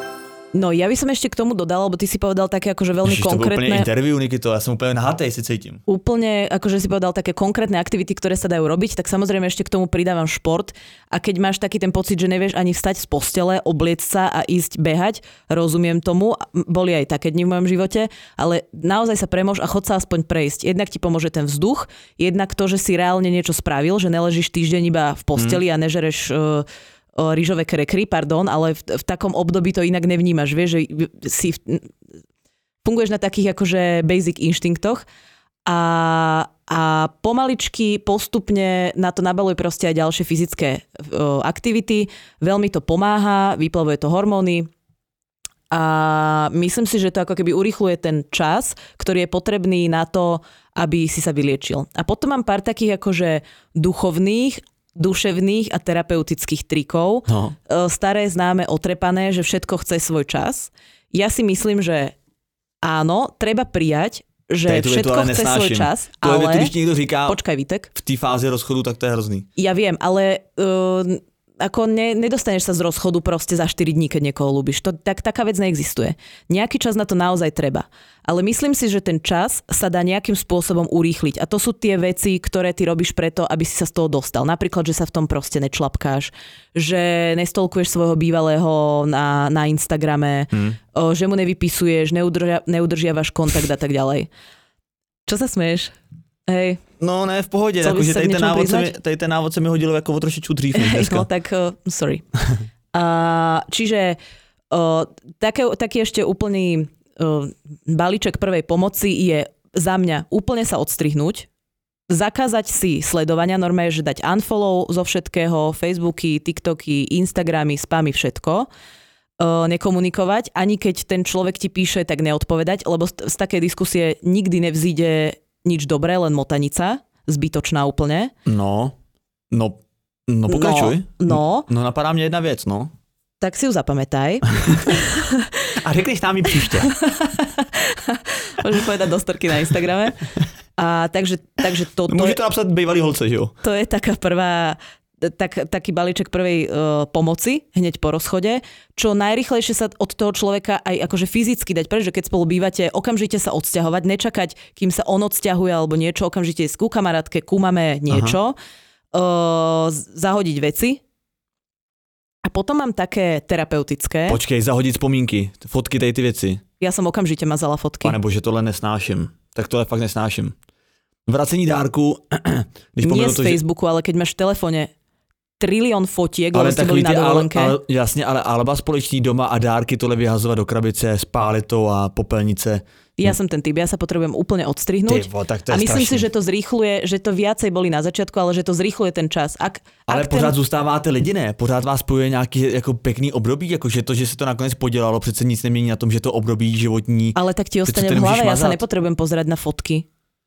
No ja by som ešte k tomu dodala, lebo ty si povedal také akože veľmi Ježiš, konkrétne... to bolo úplne interview, Nikito, ja som úplne nahatej si cítim. Úplne, akože si povedal také konkrétne aktivity, ktoré sa dajú robiť, tak samozrejme ešte k tomu pridávam šport a keď máš taký ten pocit, že nevieš ani vstať z postele, obliecť sa a ísť behať, rozumiem tomu, boli aj také dni v mojom živote, ale naozaj sa premož a chod sa aspoň prejsť. Jednak ti pomôže ten vzduch, jednak to, že si reálne niečo spravil, že neležíš týždeň iba v posteli hmm. a nežereš... Uh, rýžové krekry, pardon, ale v, v takom období to inak nevnímaš, vieš, že si funguješ na takých akože basic inštinktoch a, a pomaličky postupne na to nabaluj proste aj ďalšie fyzické uh, aktivity, veľmi to pomáha, vyplavuje to hormóny a myslím si, že to ako keby urýchľuje ten čas, ktorý je potrebný na to, aby si sa vyliečil. A potom mám pár takých akože duchovných duševných a terapeutických trikov. No. Staré, známe, otrepané, že všetko chce svoj čas. Ja si myslím, že áno, treba prijať, že Tej, všetko chce nesnáším. svoj čas, to ale... Je, když niekto říká, počkaj, Vítek. V té fázi rozchodu, tak to je hrozný. Ja viem, ale uh, ako ne, nedostaneš sa z rozchodu proste za štyri dní, keď niekoho ľúbiš. To, tak, taká vec neexistuje. Nejaký čas na to naozaj treba. Ale myslím si, že ten čas sa dá nejakým spôsobom urýchliť. A to sú tie veci, ktoré ty robíš preto, aby si sa z toho dostal. Napríklad, že sa v tom proste nečlapkáš, že nestolkuješ svojho bývalého na, na Instagrame, hmm. o, že mu nevypisuješ, neudržia, neudržiavaš kontakt a tak ďalej. Čo sa smeješ? Hej. No ne, v pohodě, jakože tady, tady ten návod se mi hodil jako o trošičku dřív než dneska. No tak, uh, sorry. uh, čiže uh, také, taký ešte úplný uh, balíček prvej pomoci je za mňa úplne sa odstrihnúť, zakázať si sledovania, normálne, že dať unfollow zo všetkého, Facebooky, TikToky, Instagramy, spamy, všetko. Uh, nekomunikovať, ani keď ten človek ti píše, tak neodpovedať, lebo z, z takej diskusie nikdy nevzíde nič dobré, len motanica, zbytočná úplne. No, no, no pokračuj. No, no. No napadá mě jedna věc, no. Tak si ju zapamätaj. A řekneš nám ji příště. Môžeš povedať do storky na Instagrame. A takže, takže to, to Môžete je, napsať bývalý holce, že jo? To je taká prvá... Tak, taký balíček prvej uh, pomoci hneď po rozchode, čo najrýchlejšie sa od toho človeka aj akože fyzicky dať preč, že keď spolu bývate, okamžite sa odsťahovať, nečakať, kým sa on odsťahuje alebo niečo, okamžite ísť ku kamarátke, ku mame, niečo, uh, zahodiť veci. A potom mám také terapeutické. Počkej, zahodiť spomínky, fotky, tej ty veci. Ja som okamžite mazala fotky. Pane bože, tohle nesnášim. Tak tohle fakt nesnášim. Vracení dárku. Když Nie z to, Facebooku, že... ale keď máš v telefone trilión fotiek, lebo ste boli na ty, dovolenke. Ale, ale, jasně, ale alba společní doma a dárky tohle vyhazovat do krabice, spálit to a popelnice. Ja som ten typ, ja sa potrebujem úplne odstrihnúť. Tyvo, tak to je a myslím strašný. si, že to zrýchluje, že to viacej boli na začiatku, ale že to zrýchluje ten čas. Ak, ale ak pořád ten... zůstáváte lidi, ne? Pořád vás spojuje nějaký jako pekný období, jakože to, že se to nakonec podělalo, přece nic nemění na tom, že to období životní. Ale tak ti ostane v hlave, ja sa nepotrebujem pozerať na fotky.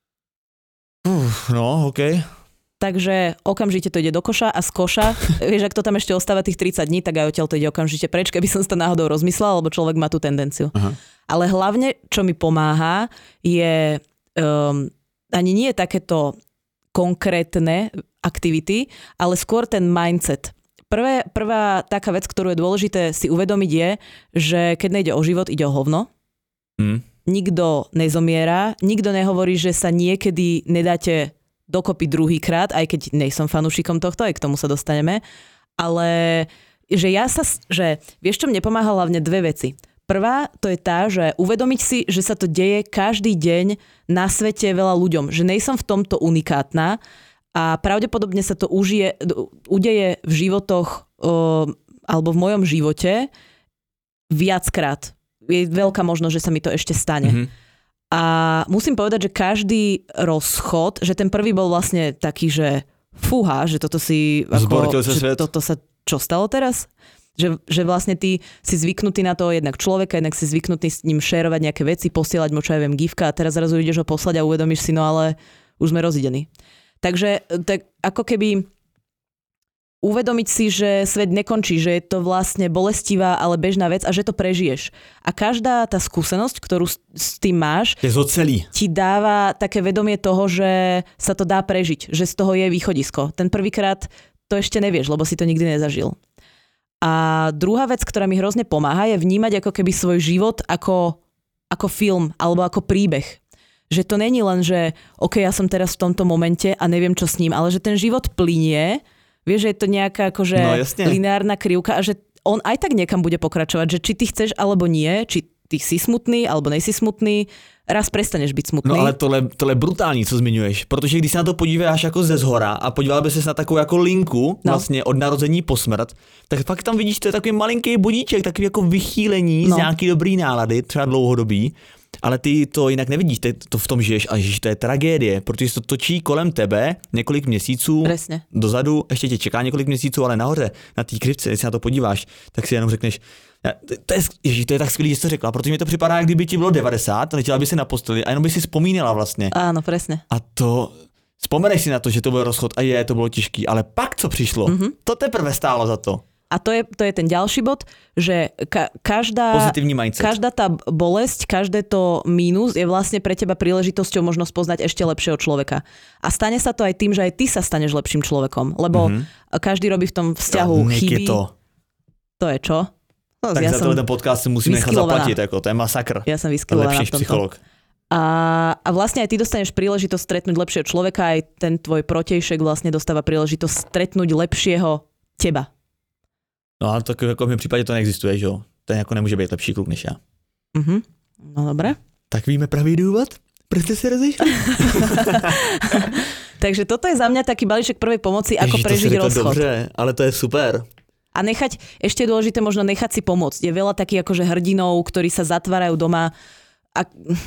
Uf, no, okej. Okay. Takže okamžite to ide do koša a z koša, vieš, ak to tam ešte ostáva tých tridsať dní, tak aj odtiaľ to ide okamžite preč, keby som si to náhodou rozmyslela, lebo človek má tú tendenciu. Aha. Ale hlavne, čo mi pomáha, je um, ani nie takéto konkrétne aktivity, ale skôr ten mindset. Prvé, prvá taká vec, ktorú je dôležité si uvedomiť je, že keď nejde o život, ide o hovno. Mm. Nikto nezomiera, nikto nehovorí, že sa niekedy nedáte dokopy druhýkrát, aj keď nejsom fanúšikom tohto, aj k tomu sa dostaneme, ale že ja sa, že vieš, čo mne pomáha hlavne dve veci. Prvá, to je tá, že uvedomiť si, že sa to deje každý deň na svete veľa ľuďom, že nejsom v tomto unikátna a pravdepodobne sa to užije, udeje v životoch o, alebo v mojom živote viackrát. Je veľká možnosť, že sa mi to ešte stane. Mm-hmm. A musím povedať, že každý rozchod, že ten prvý bol vlastne taký, že fúha, že toto si... Ako, že toto sa čo stalo teraz? Že, že vlastne ty si zvyknutý na toho jednak človeka, jednak si zvyknutý s ním šerovať nejaké veci, posielať mu, čo ja viem, gifka a teraz zrazu ideš ho poslať a uvedomíš si, no ale už sme rozidení. Takže tak ako keby uvedomiť si, že svet nekončí, že je to vlastne bolestivá, ale bežná vec a že to prežiješ. A každá tá skúsenosť, ktorú s tým máš, ti dáva také vedomie toho, že sa to dá prežiť, že z toho je východisko. Ten prvýkrát to ešte nevieš, lebo si to nikdy nezažil. A druhá vec, ktorá mi hrozne pomáha, je vnímať ako keby svoj život ako, ako film alebo ako príbeh. Že to není len, že OK, ja som teraz v tomto momente a neviem, čo s ním, ale že ten život plynie, vieš, že je to nejaká akože no, lineárna krivka a že on aj tak niekam bude pokračovať, že či ty chceš alebo nie, či ty si smutný alebo nejsi smutný, raz prestaneš být smutný. No ale tohle, tohle je brutální, co zmiňuješ, protože když se na to podíváš jako ze zhora a podíval by ses na takovou jako linku no. vlastně od narození po smrt, tak pak tam vidíš, to je takový malinký bodíček, takový jako vychýlení no. z nějaký dobrý nálady, třeba dlouhodobý, ale ty to jinak nevidíš, ty to v tom žiješ a žiješ, to je tragédie, protože se to točí kolem tebe několik měsíců, Presne. dozadu, ještě tě čeká několik měsíců, ale nahoře, na té křivce, když se na to podíváš, tak si jenom řekneš, to je, ježi, to je tak skvělý, že jsi to řekla, protože mi to připadá, jak kdyby ti bylo devadesát, letěla by si na posteli a jenom by si vzpomínala vlastně. Áno, presne. A to, vzpomeneš si na to, že to byl rozchod a je, to bylo těžký, ale pak co přišlo, mm-hmm. to teprve stálo za to. A to je, to je ten ďalší bod, že ka- každá, pozitívny mindset. Každá tá bolesť, každé to mínus je vlastne pre teba príležitosťou možno spoznať ešte lepšieho človeka. A stane sa to aj tým, že aj ty sa staneš lepším človekom, lebo mm-hmm. každý robí v tom vzťahu ja, chyby. To. to je čo? No, tak ja za ten podcast si musíme nechať zaplatiť, ako, to je masakr. Ja som vyskylovaná v tomto. Psycholog. A, a vlastne aj ty dostaneš príležitosť stretnúť lepšieho človeka, aj ten tvoj protejšek vlastne dostáva príležitosť stretnúť lepšieho teba. No ale tak jako v mém případě to neexistuje, že jo? Ten jako nemůže být lepší kluk než já. Mhm, no dobré. Tak víme pravý důvod? Proč ste sa rozišli? Takže toto je za mňa taký balíček prvej pomoci, Ježiš, ako prežiť rozchod. Dobře, ale to je super. A nechať, ešte je dôležité možno nechať si pomôcť. Je veľa takých akože hrdinov, ktorí sa zatvárajú doma a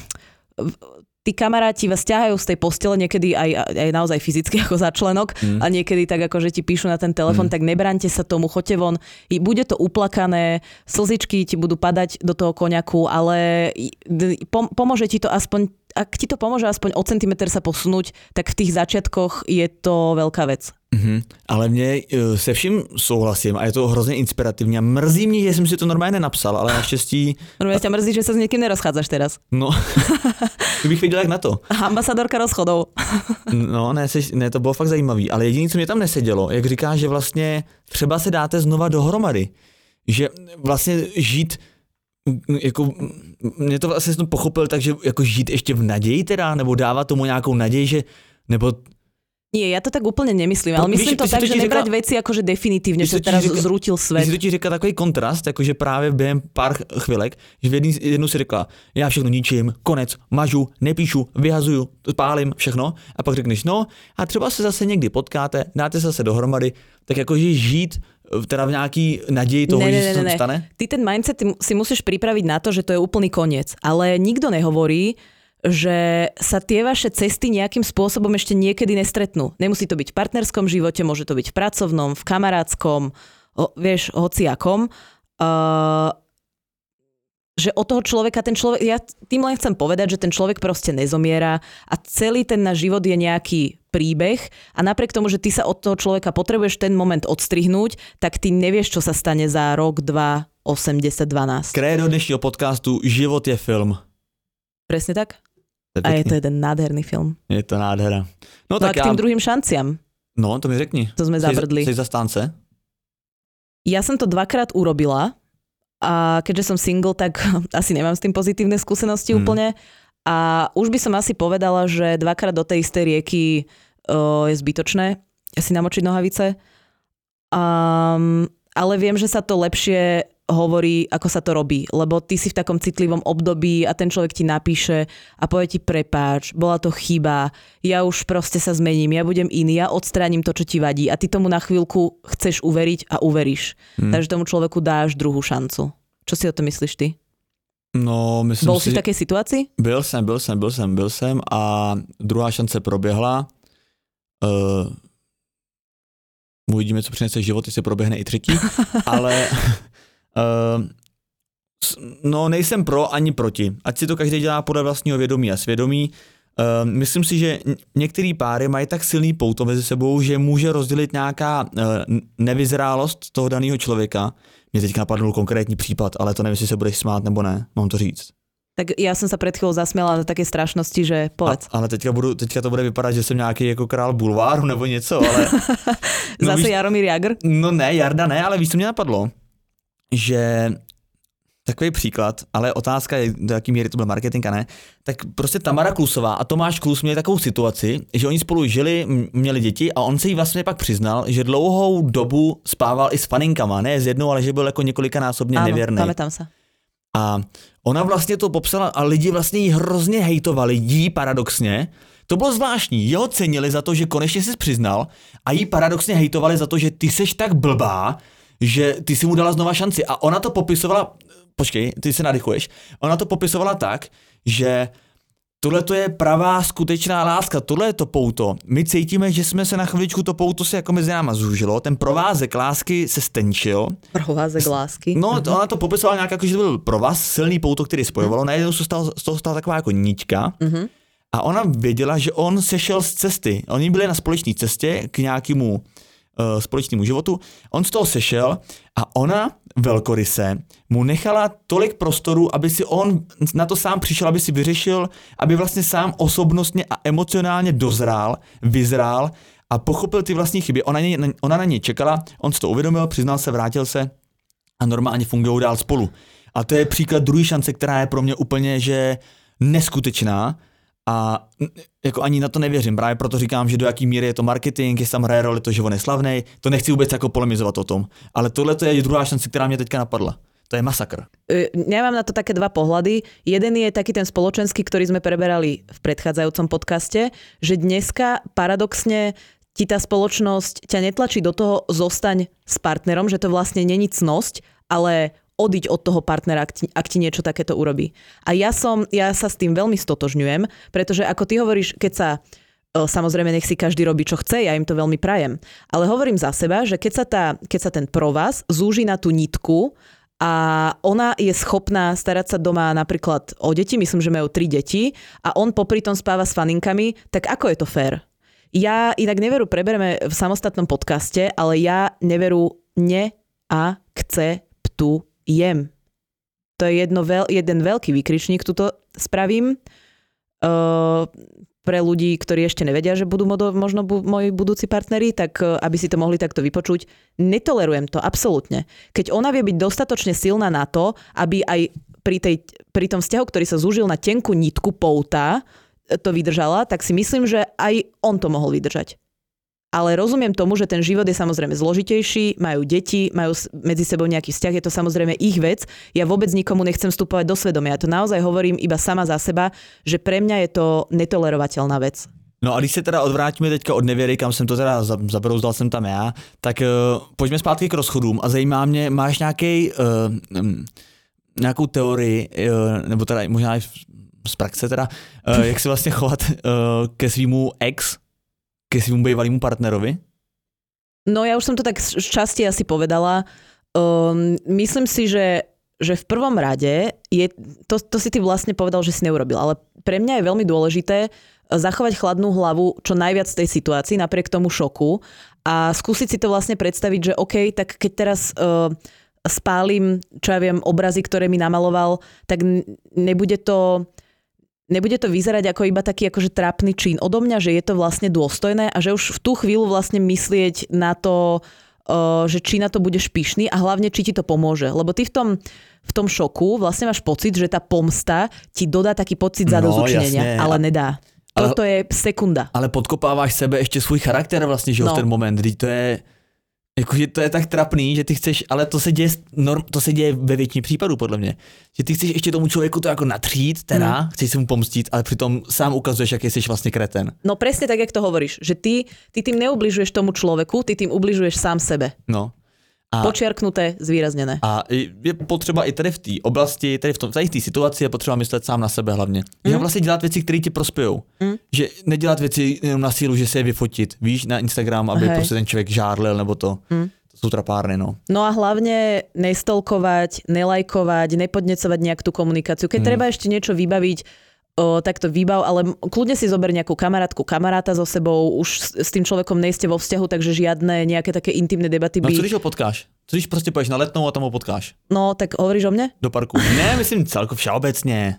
tí kamaráti vás ťahajú z tej postele niekedy aj, aj naozaj fyzicky ako začlenok mm. a niekedy tak ako, že ti píšu na ten telefon, mm. tak nebraňte sa tomu, choďte von. I bude to uplakané, slzičky ti budú padať do toho koňaku, ale pom- pomôže ti to aspoň, ak ti to pomôže aspoň o centimetr sa posunúť, tak v tých začiatkoch je to veľká vec. Mm-hmm. Ale mě se vším souhlasím a je to hrozně inspirativní a mrzí mě, že jsem si to normálně nenapsal, ale naštěstí... Normálně ťa mrzí, že sa s niekým nerozchádzaš teraz. No, bych viděl jak na to. Ambasadorka rozchodov. No, ne, ne, to bylo fakt zajímavý, ale jediné, co mě tam nesedělo, jak říkáš, že vlastně třeba se dáte znova dohromady, že vlastně žít jako, mě to vlastně jsem pochopil tak, že jako žít ještě v naději teda, nebo dávat tomu nějakou naději, že, nebo... Nie, ja to tak úplne nemyslím, ale myslím to tak, že nebrať veci akože definitívne, že teraz řeka, zrútil svet. Ty si to ti řekla takový kontrast, jakože právě během pár chvilek, že v jedný, jednu si řekla, já všechno ničím, konec, mažu, nepíšu, vyhazuju, pálím, všechno a pak řekneš, no a třeba se zase někdy potkáte, dáte se zase dohromady, tak jakože žít teda v nějaký naději toho, ne, že ne, se to stane? Ty ten mindset ty si musíš pripraviť na to, že to je úplný koniec, ale nikto nehovorí, že sa tie vaše cesty nejakým spôsobom ešte niekedy nestretnú. Nemusí to byť v partnerskom živote, môže to byť v pracovnom, v kamarátskom, o, vieš, hociakom. Uh, že od toho človeka, ten človek, ja tým len chcem povedať, že ten človek proste nezomiera a celý ten náš život je nejaký príbeh a napriek tomu, že ty sa od toho človeka potrebuješ ten moment odstrihnúť, tak ty nevieš, čo sa stane za rok, dva, osem, desať, dvanásť. Krédo dnešního podcastu Život je film. Presne tak? A je to jeden nádherný film. Je to nádhera. No, no tak a k tým ja... druhým šanciam. No, to mi řekni. To sme zabrdli. Jsi zastánce? Ja som to dvakrát urobila a keďže som single, tak asi nemám s tým pozitívne skúsenosti hmm. úplne. A už by som asi povedala, že dvakrát do tej istej rieky uh, je zbytočné si namočiť nohavice. Um, ale viem, že sa to lepšie hovorí, ako sa to robí, lebo ty si v takom citlivom období a ten človek ti napíše a povie ti prepáč, bola to chyba, ja už proste sa zmením, ja budem iný, ja odstránim to, čo ti vadí a ty tomu na chvíľku chceš uveriť a uveríš. Hmm. Takže tomu človeku dáš druhú šancu. Čo si o to myslíš ty? No, myslím Bol si, si v takej situácii? Byl jsem, byl jsem, byl jsem, byl jsem a druhá šance proběhla. Uh, uvidíme, co přinese život, jestli proběhne i třetí, ale... Uh, no nejsem pro ani proti. Ať si to každý dělá podle vlastního vědomí a svědomí. Uh, myslím si, že některé páry mají tak silný pouto mezi sebou, že může rozdělit nějaká uh, nevyzrálost toho daného člověka. Mně teďka napadl konkrétní případ, ale to nevím, jestli se budeš smát nebo ne. Mám to říct. Tak já jsem se před chvílou zasměla na také strašnosti, že povedz. A, ale teďka, budu, teďka to bude vypadat, že jsem nějaký jako král bulváru nebo něco, ale... No, Zase víš, Jaromír Jágr? No ne, Jarda ne, ale víš, co mě napadlo? že takový příklad, ale otázka je, do jaký míry to byl marketing a ne, tak prostě Tamara Klusová a Tomáš Klus měli takovou situaci, že oni spolu žili, měli děti a on se jí vlastně pak přiznal, že dlouhou dobu spával i s faninkama, ne s jednou, ale že byl jako několikanásobně Áno, nevěrný. pamätám sa. A ona vlastně to popsala a lidi vlastně jí hrozně hejtovali, jí paradoxně. To bylo zvláštní, jeho cenili za to, že konečně se přiznal a jí paradoxně hejtovali za to, že ty seš tak blbá, že ty si mu dala znova šanci. A ona to popisovala, počkej, ty se nadychuješ, ona to popisovala tak, že tohle to je pravá skutečná láska, tohle je to pouto. My cítíme, že jsme se na chviličku, to pouto se jako mezi náma zúžilo, ten provázek lásky se stenčil. Provázek lásky. No, to, ona to popisovala nějak jako, že to byl provaz, silný pouto, který spojovalo, najednou se stalo, z toho stala taková jako niťka. Mm-hmm. A ona věděla, že on sešel z cesty. Oni byli na společné cestě k nějakému uh, společnému životu. On z toho sešel a ona velkoryse mu nechala tolik prostoru, aby si on na to sám přišel, aby si vyřešil, aby vlastně sám osobnostně a emocionálně dozrál, vyzrál a pochopil ty vlastní chyby. Ona, ně, ona na něj čekala, on si to uvědomil, přiznal se, vrátil se a normálně fungují dál spolu. A to je příklad druhé šance, která je pro mě úplně že neskutečná. A jako ani na to nevěřím, právě proto říkám, že do jaký míry je to marketing, je tam hraje roli to, že on je slavnej, to nechci vůbec jako polemizovat o tom, ale tohle to je druhá šance, která mě teďka napadla. To je masakr. Ja mám na to také dva pohľady. Jeden je taký ten spoločenský, ktorý sme preberali v predchádzajúcom podcaste, že dneska paradoxne ti tá spoločnosť ťa netlačí do toho zostaň s partnerom, že to vlastne není cnosť, ale odiť od toho partnera, ak ti, ak ti niečo takéto urobí. A ja som, ja sa s tým veľmi stotožňujem, pretože ako ty hovoríš, keď sa, samozrejme nech si každý robí, čo chce, ja im to veľmi prajem, ale hovorím za seba, že keď sa, tá, keď sa ten provaz zúži na tú nitku a ona je schopná starať sa doma napríklad o deti, myslím, že majú tri deti a on popri tom spáva s faninkami, tak ako je to fér? Ja inak neveru prebereme v samostatnom podcaste, ale ja neveru ne a chce ptu jem. To je jedno veľ, jeden veľký výkričník, tuto spravím uh, pre ľudí, ktorí ešte nevedia, že budú modo, možno bu, moji budúci partneri, tak uh, aby si to mohli takto vypočuť. Netolerujem to, absolútne. Keď ona vie byť dostatočne silná na to, aby aj pri, tej, pri tom vzťahu, ktorý sa zúžil na tenkú nitku pouta, to vydržala, tak si myslím, že aj on to mohol vydržať. Ale rozumiem tomu, že ten život je samozrejme zložitejší, majú deti, majú medzi sebou nejaký vzťah, je to samozrejme ich vec. Ja vôbec nikomu nechcem vstupovať do svedomia. Ja to naozaj hovorím iba sama za seba, že pre mňa je to netolerovateľná vec. No a když se teda odvrátíme teďka od nevěry, kam jsem to teda zabrouzdal jsem tam já, tak uh, pojďme zpátky k rozchodům a zajímá mě, máš nějaký, uh, um, nějakou teorii, uh, nebo teda možná i z praxe teda, uh, jak se vlastně chovat uh, ke svýmu ex, ke svýmu bývalému partnerovi? No ja už som to tak z časti asi povedala. Um, myslím si, že, že v prvom rade, je, to, to si ty vlastne povedal, že si neurobil, ale pre mňa je veľmi dôležité zachovať chladnú hlavu čo najviac v tej situácii, napriek tomu šoku a skúsiť si to vlastne predstaviť, že OK, tak keď teraz uh, spálim, čo ja viem, obrazy, ktoré mi namaloval, tak nebude to... Nebude to vyzerať ako iba taký akože trápny čin odo mňa, že je to vlastne dôstojné a že už v tú chvíľu vlastne myslieť na to, že či na to budeš pyšný a hlavne, či ti to pomôže. Lebo ty v tom, v tom šoku vlastne máš pocit, že tá pomsta ti dodá taký pocit zadozučinenia, no, ale nedá. Toto ale, je sekunda. Ale podkopáváš sebe ešte svůj charakter vlastne, že no. v ten moment, kdy to je... Jakože to je tak trapný, že ty chceš, ale to se děje, norm, to se děje ve většině případů podle mě, že ty chceš ještě tomu člověku to jako natřít, teda, mm. chceš si mu pomstit, ale přitom sám ukazuješ, jaký jsi vlastně kreten. No presne tak, jak to hovoríš, že ty, ty tým neubližuješ tomu človeku, ty tým ubližuješ sám sebe. No. A, počerknuté, zvýrazněné. A je potřeba i tady v té oblasti, tady v tom, tady v té situaci je potřeba myslet sám na sebe hlavně. Mm. Že vlastně dělat věci, které ti prospějou. Mm. Že nedělat věci jenom na sílu, že se je vyfotit, víš, na Instagram, aby Hej. prostě ten člověk žárlil nebo to. Mm. To jsou trapárny, no. No a hlavně nestolkovať, nelajkovať, nepodnecovať nejak tú komunikáciu. Keď mm. treba ešte niečo vybaviť, O, tak to výbav, ale kľudne si zober nejakú kamarátku, kamaráta so sebou, už s, s tým človekom nejste vo vzťahu, takže žiadne nejaké také intimné debaty by... No co když ho potkáš? Co když prostě poješ na Letnou a tam ho potkáš? No, tak hovoríš o mne? Do parku. Ne, myslím celko všeobecne.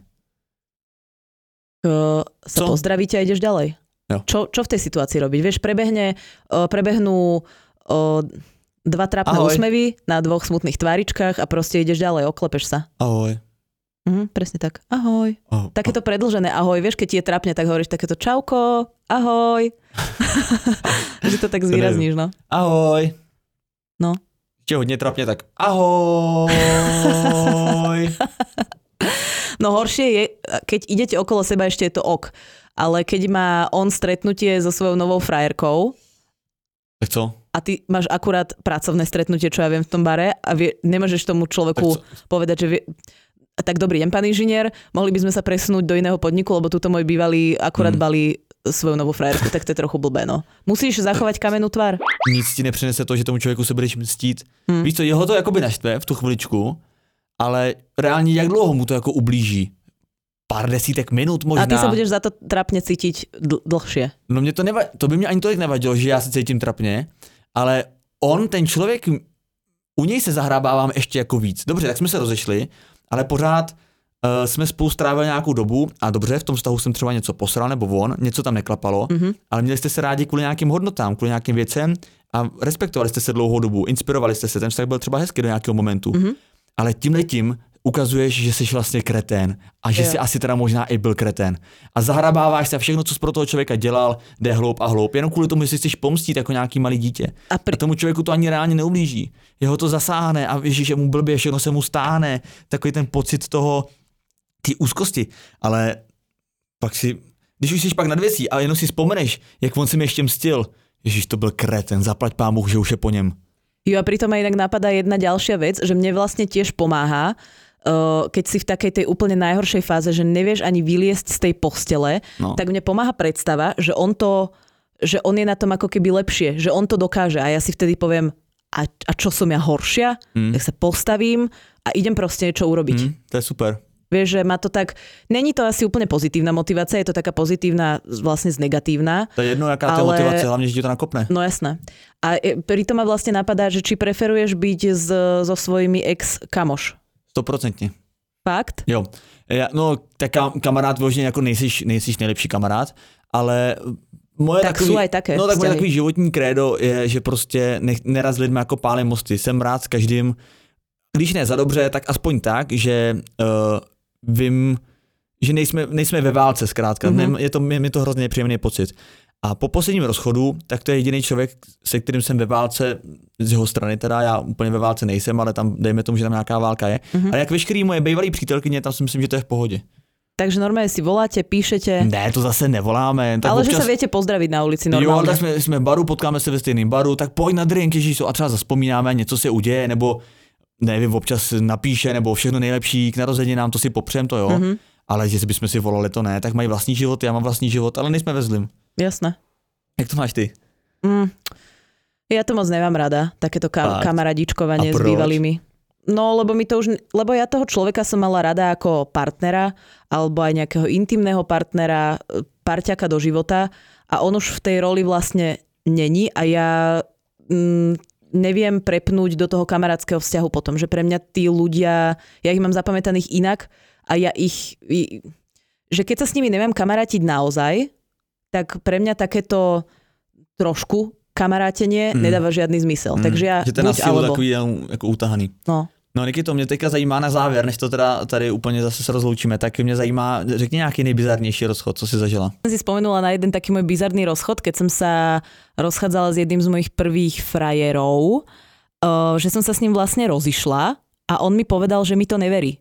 O, sa co? Pozdravíte a ideš ďalej. Jo. Čo, čo v tej situácii robiť? Vieš, prebehne, o, prebehnú... O, dva trápne úsmevy na dvoch smutných tváričkách a proste ideš ďalej, oklepeš sa. Ahoj. Mhm, presne tak. Ahoj. Oh, takéto oh. predĺžené ahoj, vieš, keď ti je trápne, tak hovoríš takéto čauko, ahoj. Že to tak zvýrazníš, no. Ahoj. No. Keď hodne trápne, tak ahoj. No horšie je, keď idete okolo seba, ešte je to ok. Ale keď má on stretnutie so svojou novou frajerkou, tak co? A ty máš akurát pracovné stretnutie, čo ja viem v tom bare a vie, nemôžeš tomu človeku povedať, že vie, tak dobrý deň, pán inžinier, mohli by sme sa presunúť do iného podniku, lebo tuto môj bývalý akurát mm. balí svoju novou frajerku, tak to je trochu blbé, no. Musíš zachovať kamennú tvár. Nic ti nepřinese to, že tomu člověku se budeš mstít. Mm. Víš co, jeho to jakoby naštve v tu chviličku, ale reálně jak dlouho mu to jako ublíží? Pár desítek minut možná. A ty sa budeš za to trapne cítiť dl- dlhšie. No mě to nevadilo, to by mě ani tolik nevadilo, že já se cítím trapně, ale on, ten člověk, u něj se zahrábávám ještě jako víc. Dobře, tak jsme se rozešli, ale pořád uh, jsme spolu strávili nějakou dobu a dobře, v tom vztahu jsem třeba něco posral nebo on, něco tam neklapalo, mm-hmm. ale měli jste se rádi kvůli nějakým hodnotám, kvůli nějakým věcem a respektovali jste se dlouhou dobu, inspirovali jste se, ten vztah byl třeba hezký do nějakého momentu, mm-hmm. ale tímhletím ukazuješ, že jsi vlastně kretén a že jo. jsi asi teda možná i byl kretén. A zahrabáváš se a všechno, co jsi pro toho člověka dělal, jde hloub a hloub, jenom kvůli tomu, že si chceš pomstit jako nějaký malý dítě. A, pr- a tomu člověku to ani reálně neublíží. Jeho to zasáhne a víš, že mu blbě, všechno se mu stáhne, takový ten pocit toho, ty úzkosti. Ale pak si, když už jsi pak nad věcí a jenom si vzpomeneš, jak on se mi ještě mstil, ježiš, to byl kretén, zaplať pámu, že už je po něm. Jo a pritom aj inak napadá jedna ďalšia vec, že mne vlastne tiež pomáha, keď si v takej tej úplne najhoršej fáze, že nevieš ani vyliesť z tej postele, no. tak mne pomáha predstava, že on to, že on je na tom ako keby lepšie, že on to dokáže a ja si vtedy poviem, a, a čo som ja horšia? Mm. Tak sa postavím a idem proste niečo urobiť. Mm, to je super. Vieš, že má to tak, není to asi úplne pozitívna motivácia, je to taká pozitívna vlastne z negatívna. To je jedno, jaká ale... to je motivácia, hlavne, že ti to nakopne. No jasné. A pritom ma vlastne napadá, že či preferuješ byť s, so svojimi ex-kamoš. Stoprocentně. Fakt? Jo. Ja, no, tak kamarád vyloženě jako nejsiš, nejsiš nejlepší kamarád, ale moje tak takový, sú aj také no, tak moje takový životní krédo je, že prostě ne, neraz lidmi jako pálím mosty. Jsem rád s každým, když ne za dobře, tak aspoň tak, že uh, vím, že nejsme, nejsme ve válce zkrátka. Mm-hmm. Je to, je mi to hrozně nepříjemný pocit. A po posledním rozchodu, tak to je jediný člověk, se kterým jsem ve válce, z jeho strany teda, já úplně ve válce nejsem, ale tam dejme tomu, že tam nějaká válka je. Mm-hmm. Ale jak veškerý moje bývalý přítelkyně, tam si myslím, že to je v pohodě. Takže normálně si voláte, píšete. Ne, to zase nevoláme. Tak ale občas... že se viete pozdraviť na ulici normálně. Jo, ale tak jsme, jsme v baru, potkáme se ve stejném baru, tak pojď na drink, ježíš, a třeba zaspomínáme, něco se uděje, nebo nevím, občas napíše, nebo všechno nejlepší k narozeninám, to si popřem, to jo. Mm-hmm. Ale že bychom si volali, to ne, tak mají vlastní život, já mám vlastní život, ale nejsme ve zlým. Jasné. Jak to máš ty? Mm, ja to moc nemám rada, takéto ka- kamaradičkovanie s bývalými. No, lebo mi to už, lebo ja toho človeka som mala rada ako partnera, alebo aj nejakého intimného partnera, parťaka do života a on už v tej roli vlastne není a ja mm, neviem prepnúť do toho kamarátskeho vzťahu potom, že pre mňa tí ľudia, ja ich mám zapamätaných inak a ja ich, že keď sa s nimi neviem kamarátiť naozaj, tak pre mňa takéto trošku kamarátenie mm. nedáva žiadny zmysel. Mm. Takže ja že ten buď alebo... takový jako utahaný. No. No Nikito, mě teďka zajímá na závěr, než to teda tady úplně zase se rozloučíme, tak mě zajímá, řekni nějaký nejbizarnější rozchod, co si zažila. Som si spomenula na jeden taký môj bizarný rozchod, keď som sa rozchádzala s jedným z mojich prvých frajerov, uh, že som sa s ním vlastne rozišla a on mi povedal, že mi to neverí.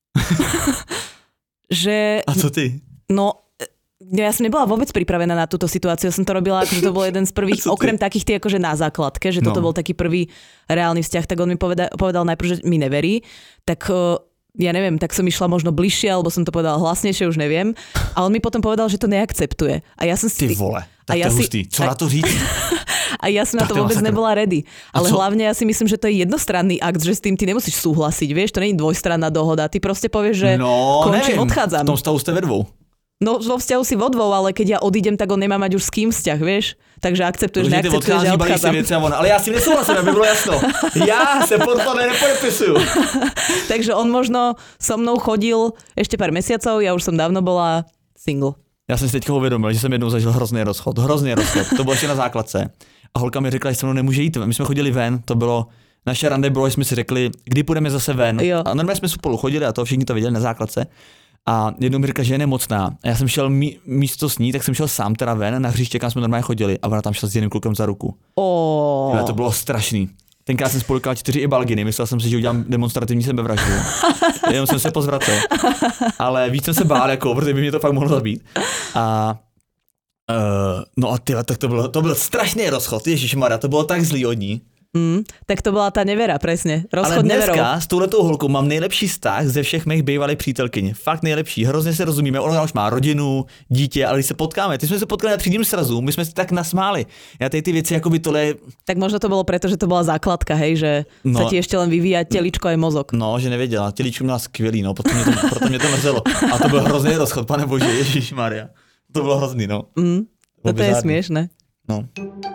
že... A co ty? No, ja som nebola vôbec pripravená na túto situáciu. Ja som to robila, akože to bol jeden z prvých, okrem takých tých akože na základke, že toto no. bol taký prvý reálny vzťah, tak on mi povedal, povedal najprv, že mi neverí. Tak ja neviem, tak som išla možno bližšie, alebo som to povedala hlasnejšie, už neviem. A on mi potom povedal, že to neakceptuje. A ja som si... Ty vole, tak ja to je hustý. Co na to říct? A ja som na to vôbec nebola ready. Ale hlavne ja si myslím, že to je jednostranný akt, že s tým ty nemusíš súhlasiť, vieš, to nie je dvojstranná dohoda. Ty proste povieš, že no, končím, neviem. odchádzam. V tom stavu ste ve dvou. No vo vzťahu si vodvou, ale keď ja odídem, tak on nemá mať už s kým vzťah, vieš? Takže akceptuješ, neakceptuješ, že odchádzam. Ale ja si nesúhlasím, aby bylo jasno. Ja sa pod to nepodepisujú. Takže on možno so mnou chodil ešte pár mesiacov, ja už som dávno bola single. Já jsem si teďka uvědomil, že jsem jednou zažil hrozný rozchod. Hrozný rozchod. To bylo ještě na základce. a holka mi řekla, že se mnou nemůže jít. My jsme chodili ven, to bylo, naše rande bylo, že jsme si řekli, kdy půjdeme zase ven. Jo. A normálně jsme spolu chodili a to všichni to viděli na základce. A jednou mi řekla, že je nemocná. A já jsem šel mí, místo s ní, tak jsem šel sám teda ven na hřiště, kam jsme normálně chodili. A ona tam šla s jiným klukem za ruku. Oh. To bylo strašný. Tenkrát jsem spolkal čtyři ibalginy, myslel jsem si, že udělám demonstrativní sebevraždu. Jenom jsem se pozvracel. Ale víc jsem se bál, jako, protože by mě to fakt mohlo zabít. A uh, no a tyhle, tak to bylo, to byl strašný rozchod, ježišmarja, to bylo tak zlý od ní. Mm, tak to byla ta nevera, presne. Rozchod ale dneska neverou. S touhletou holkou mám nejlepší vztah ze všech mých bývalých přítelkyň. Fakt nejlepší. Hrozně se rozumíme. Ona už má rodinu, dítě, ale když se potkáme, ty jsme se potkali na třídním srazu, my jsme si tak nasmáli. Já tady ty věci jako by tohle. Tak možno to bylo preto, že to byla základka, hej, že no, sa ti ešte len vyvíja teličko aj mozog. No, že nevěděla. Těličko měla skvělý, no, proto mě to, proto mě to mrzelo. A to byl hrozný rozchod, pane bože, ježišmarja. To bylo hrozný, no. Mm, to, to je smiešné. No.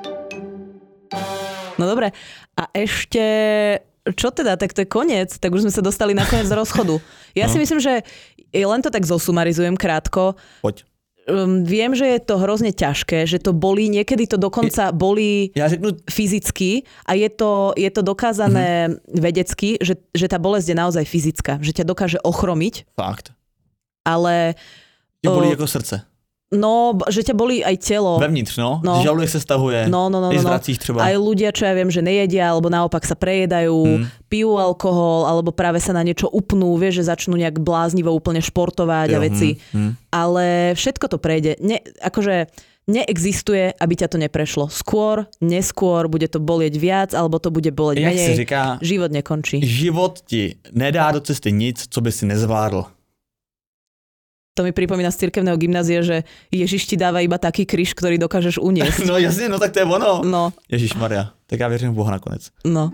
No dobre, a ešte, čo teda, tak to je koniec, tak už sme sa dostali na koniec rozchodu. Ja no. si myslím, že len to tak zosumarizujem krátko. Poď. Um, viem, že je to hrozne ťažké, že to bolí, niekedy to dokonca bolí ja řeknu... fyzicky a je to, je to dokázané mm-hmm. vedecky, že, že tá bolesť je naozaj fyzická, že ťa dokáže ochromiť. Fakt. Ale... Že bolí uh, ako srdce. No, že ťa bolí aj telo. Vevnitř, no. no. Žaludek sa stahuje. No, no, no, no, no. Třeba. Aj ľudia, čo ja viem, že nejedia, alebo naopak sa prejedajú, mm. pijú alkohol, alebo práve sa na niečo upnú, vieš, že začnú nejak bláznivo úplne športovať jo, a veci. Mm, mm. Ale všetko to prejde. Ne, akože neexistuje, aby ťa to neprešlo. Skôr, neskôr, bude to bolieť viac, alebo to bude bolieť Jak menej. se říká, život nekončí. Život ti nedá do cesty nic, co by si nezvládl. To mi pripomína z cirkevného gymnázia, že Ježiš ti dáva iba taký kríž, ktorý dokážeš uniesť. No jasne, no tak to je ono. No. Ježišmarja, tak já věřím v Boha nakonec. No.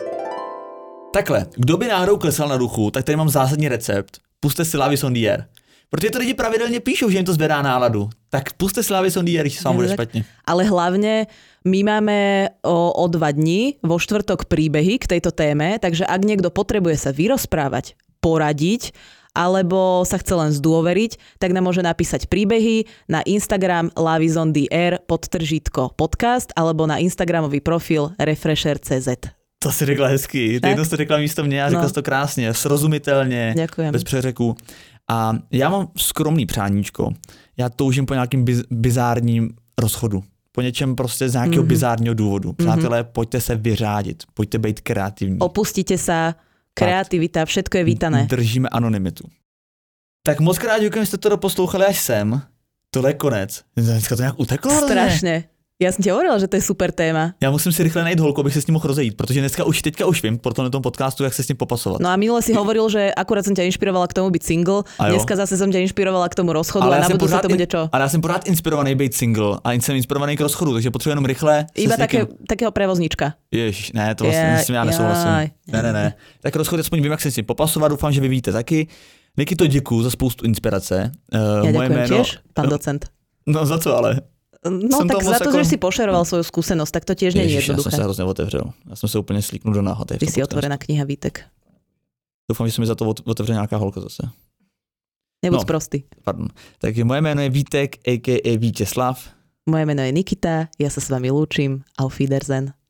Takhle, kdo by náhodou klesal na duchu, tak tady mám zásadní recept. Puste si Love is on the air. Protože to lidi pravidelně píšou, že jim to zvedá náladu. Tak puste si Love is on the air, když se vám bude špatně. Ale hlavne my máme o, o dva dní vo štvrtok príbehy k tejto téme, takže ak niekto potrebuje sa vyrozprávať, poradiť, alebo sa chce len zdôveriť, tak nám môže napísať príbehy na Instagram Love is on the air podtržítko podcast alebo na Instagramový profil refresher tečka cé zet. To si řekla hezky. Ty jednou jsi to řekla místo mě a řekla no. jsi to krásně, srozumitelně, Ďakujem. Bez přeřeků. A já mám skromný přáníčko. Já toužím po nějakým biz- bizárním rozchodu. Po něčem prostě z nějakého mm-hmm. bizárního důvodu. Přátelé, mm-hmm. pojďte se vyřádit, pojďte být kreativní. Opustite sa. Kreativita, všetko je vítané. Držíme anonymitu. Tak moc krát děkuji, že jste to doposlouchali až sem. Tohle je konec. Dneska to nějak uteklo? Strašně. Já jsem ti hovorila, že to je super téma. Já musím si rychle najít holku, abych se s ním mohl rozejít, protože dneska už teďka už vím, proto na tom podcastu, jak se s ním popasovat. No a minule si hovoril, že akurát jsem tě inšpirovala k tomu být single, dneska zase jsem tě inšpirovala k tomu rozchodu ale a na budúce to bude čo? Ale já jsem pořád inspirovaný být single a jsem inspirovaný k rozchodu, takže potřebuji jenom rychle. Iba také, někým... takého prevozníčka. Ježiš, ne, to vlastně je, já nesouhlasím. Ne, ne, ne. Tak rozchod aspoň vím, jak se s tím popasovat, doufám, že vy víte taky. Nikito, děkuju za spoustu inspirace. Uh, já děkujem jméno... tiež, pán docent. No za co ale? No jsem tak za to, jako... že si pošeroval svoju skúsenosť, tak to tiež nie je jednoduché. Já jsem se hrozně otevřel. Já jsem se úplně slíknul do náhody. Ty si otvorená kniha, Vítek. Doufám, že se mi za to otevře nějaká holka zase. Nebuď no, prostý. Pardon. Takže moje jméno je Vítek, a ká a. Vítězslav. Moje jméno je Nikita, já se s vámi lúčim. Auf Wiedersehen.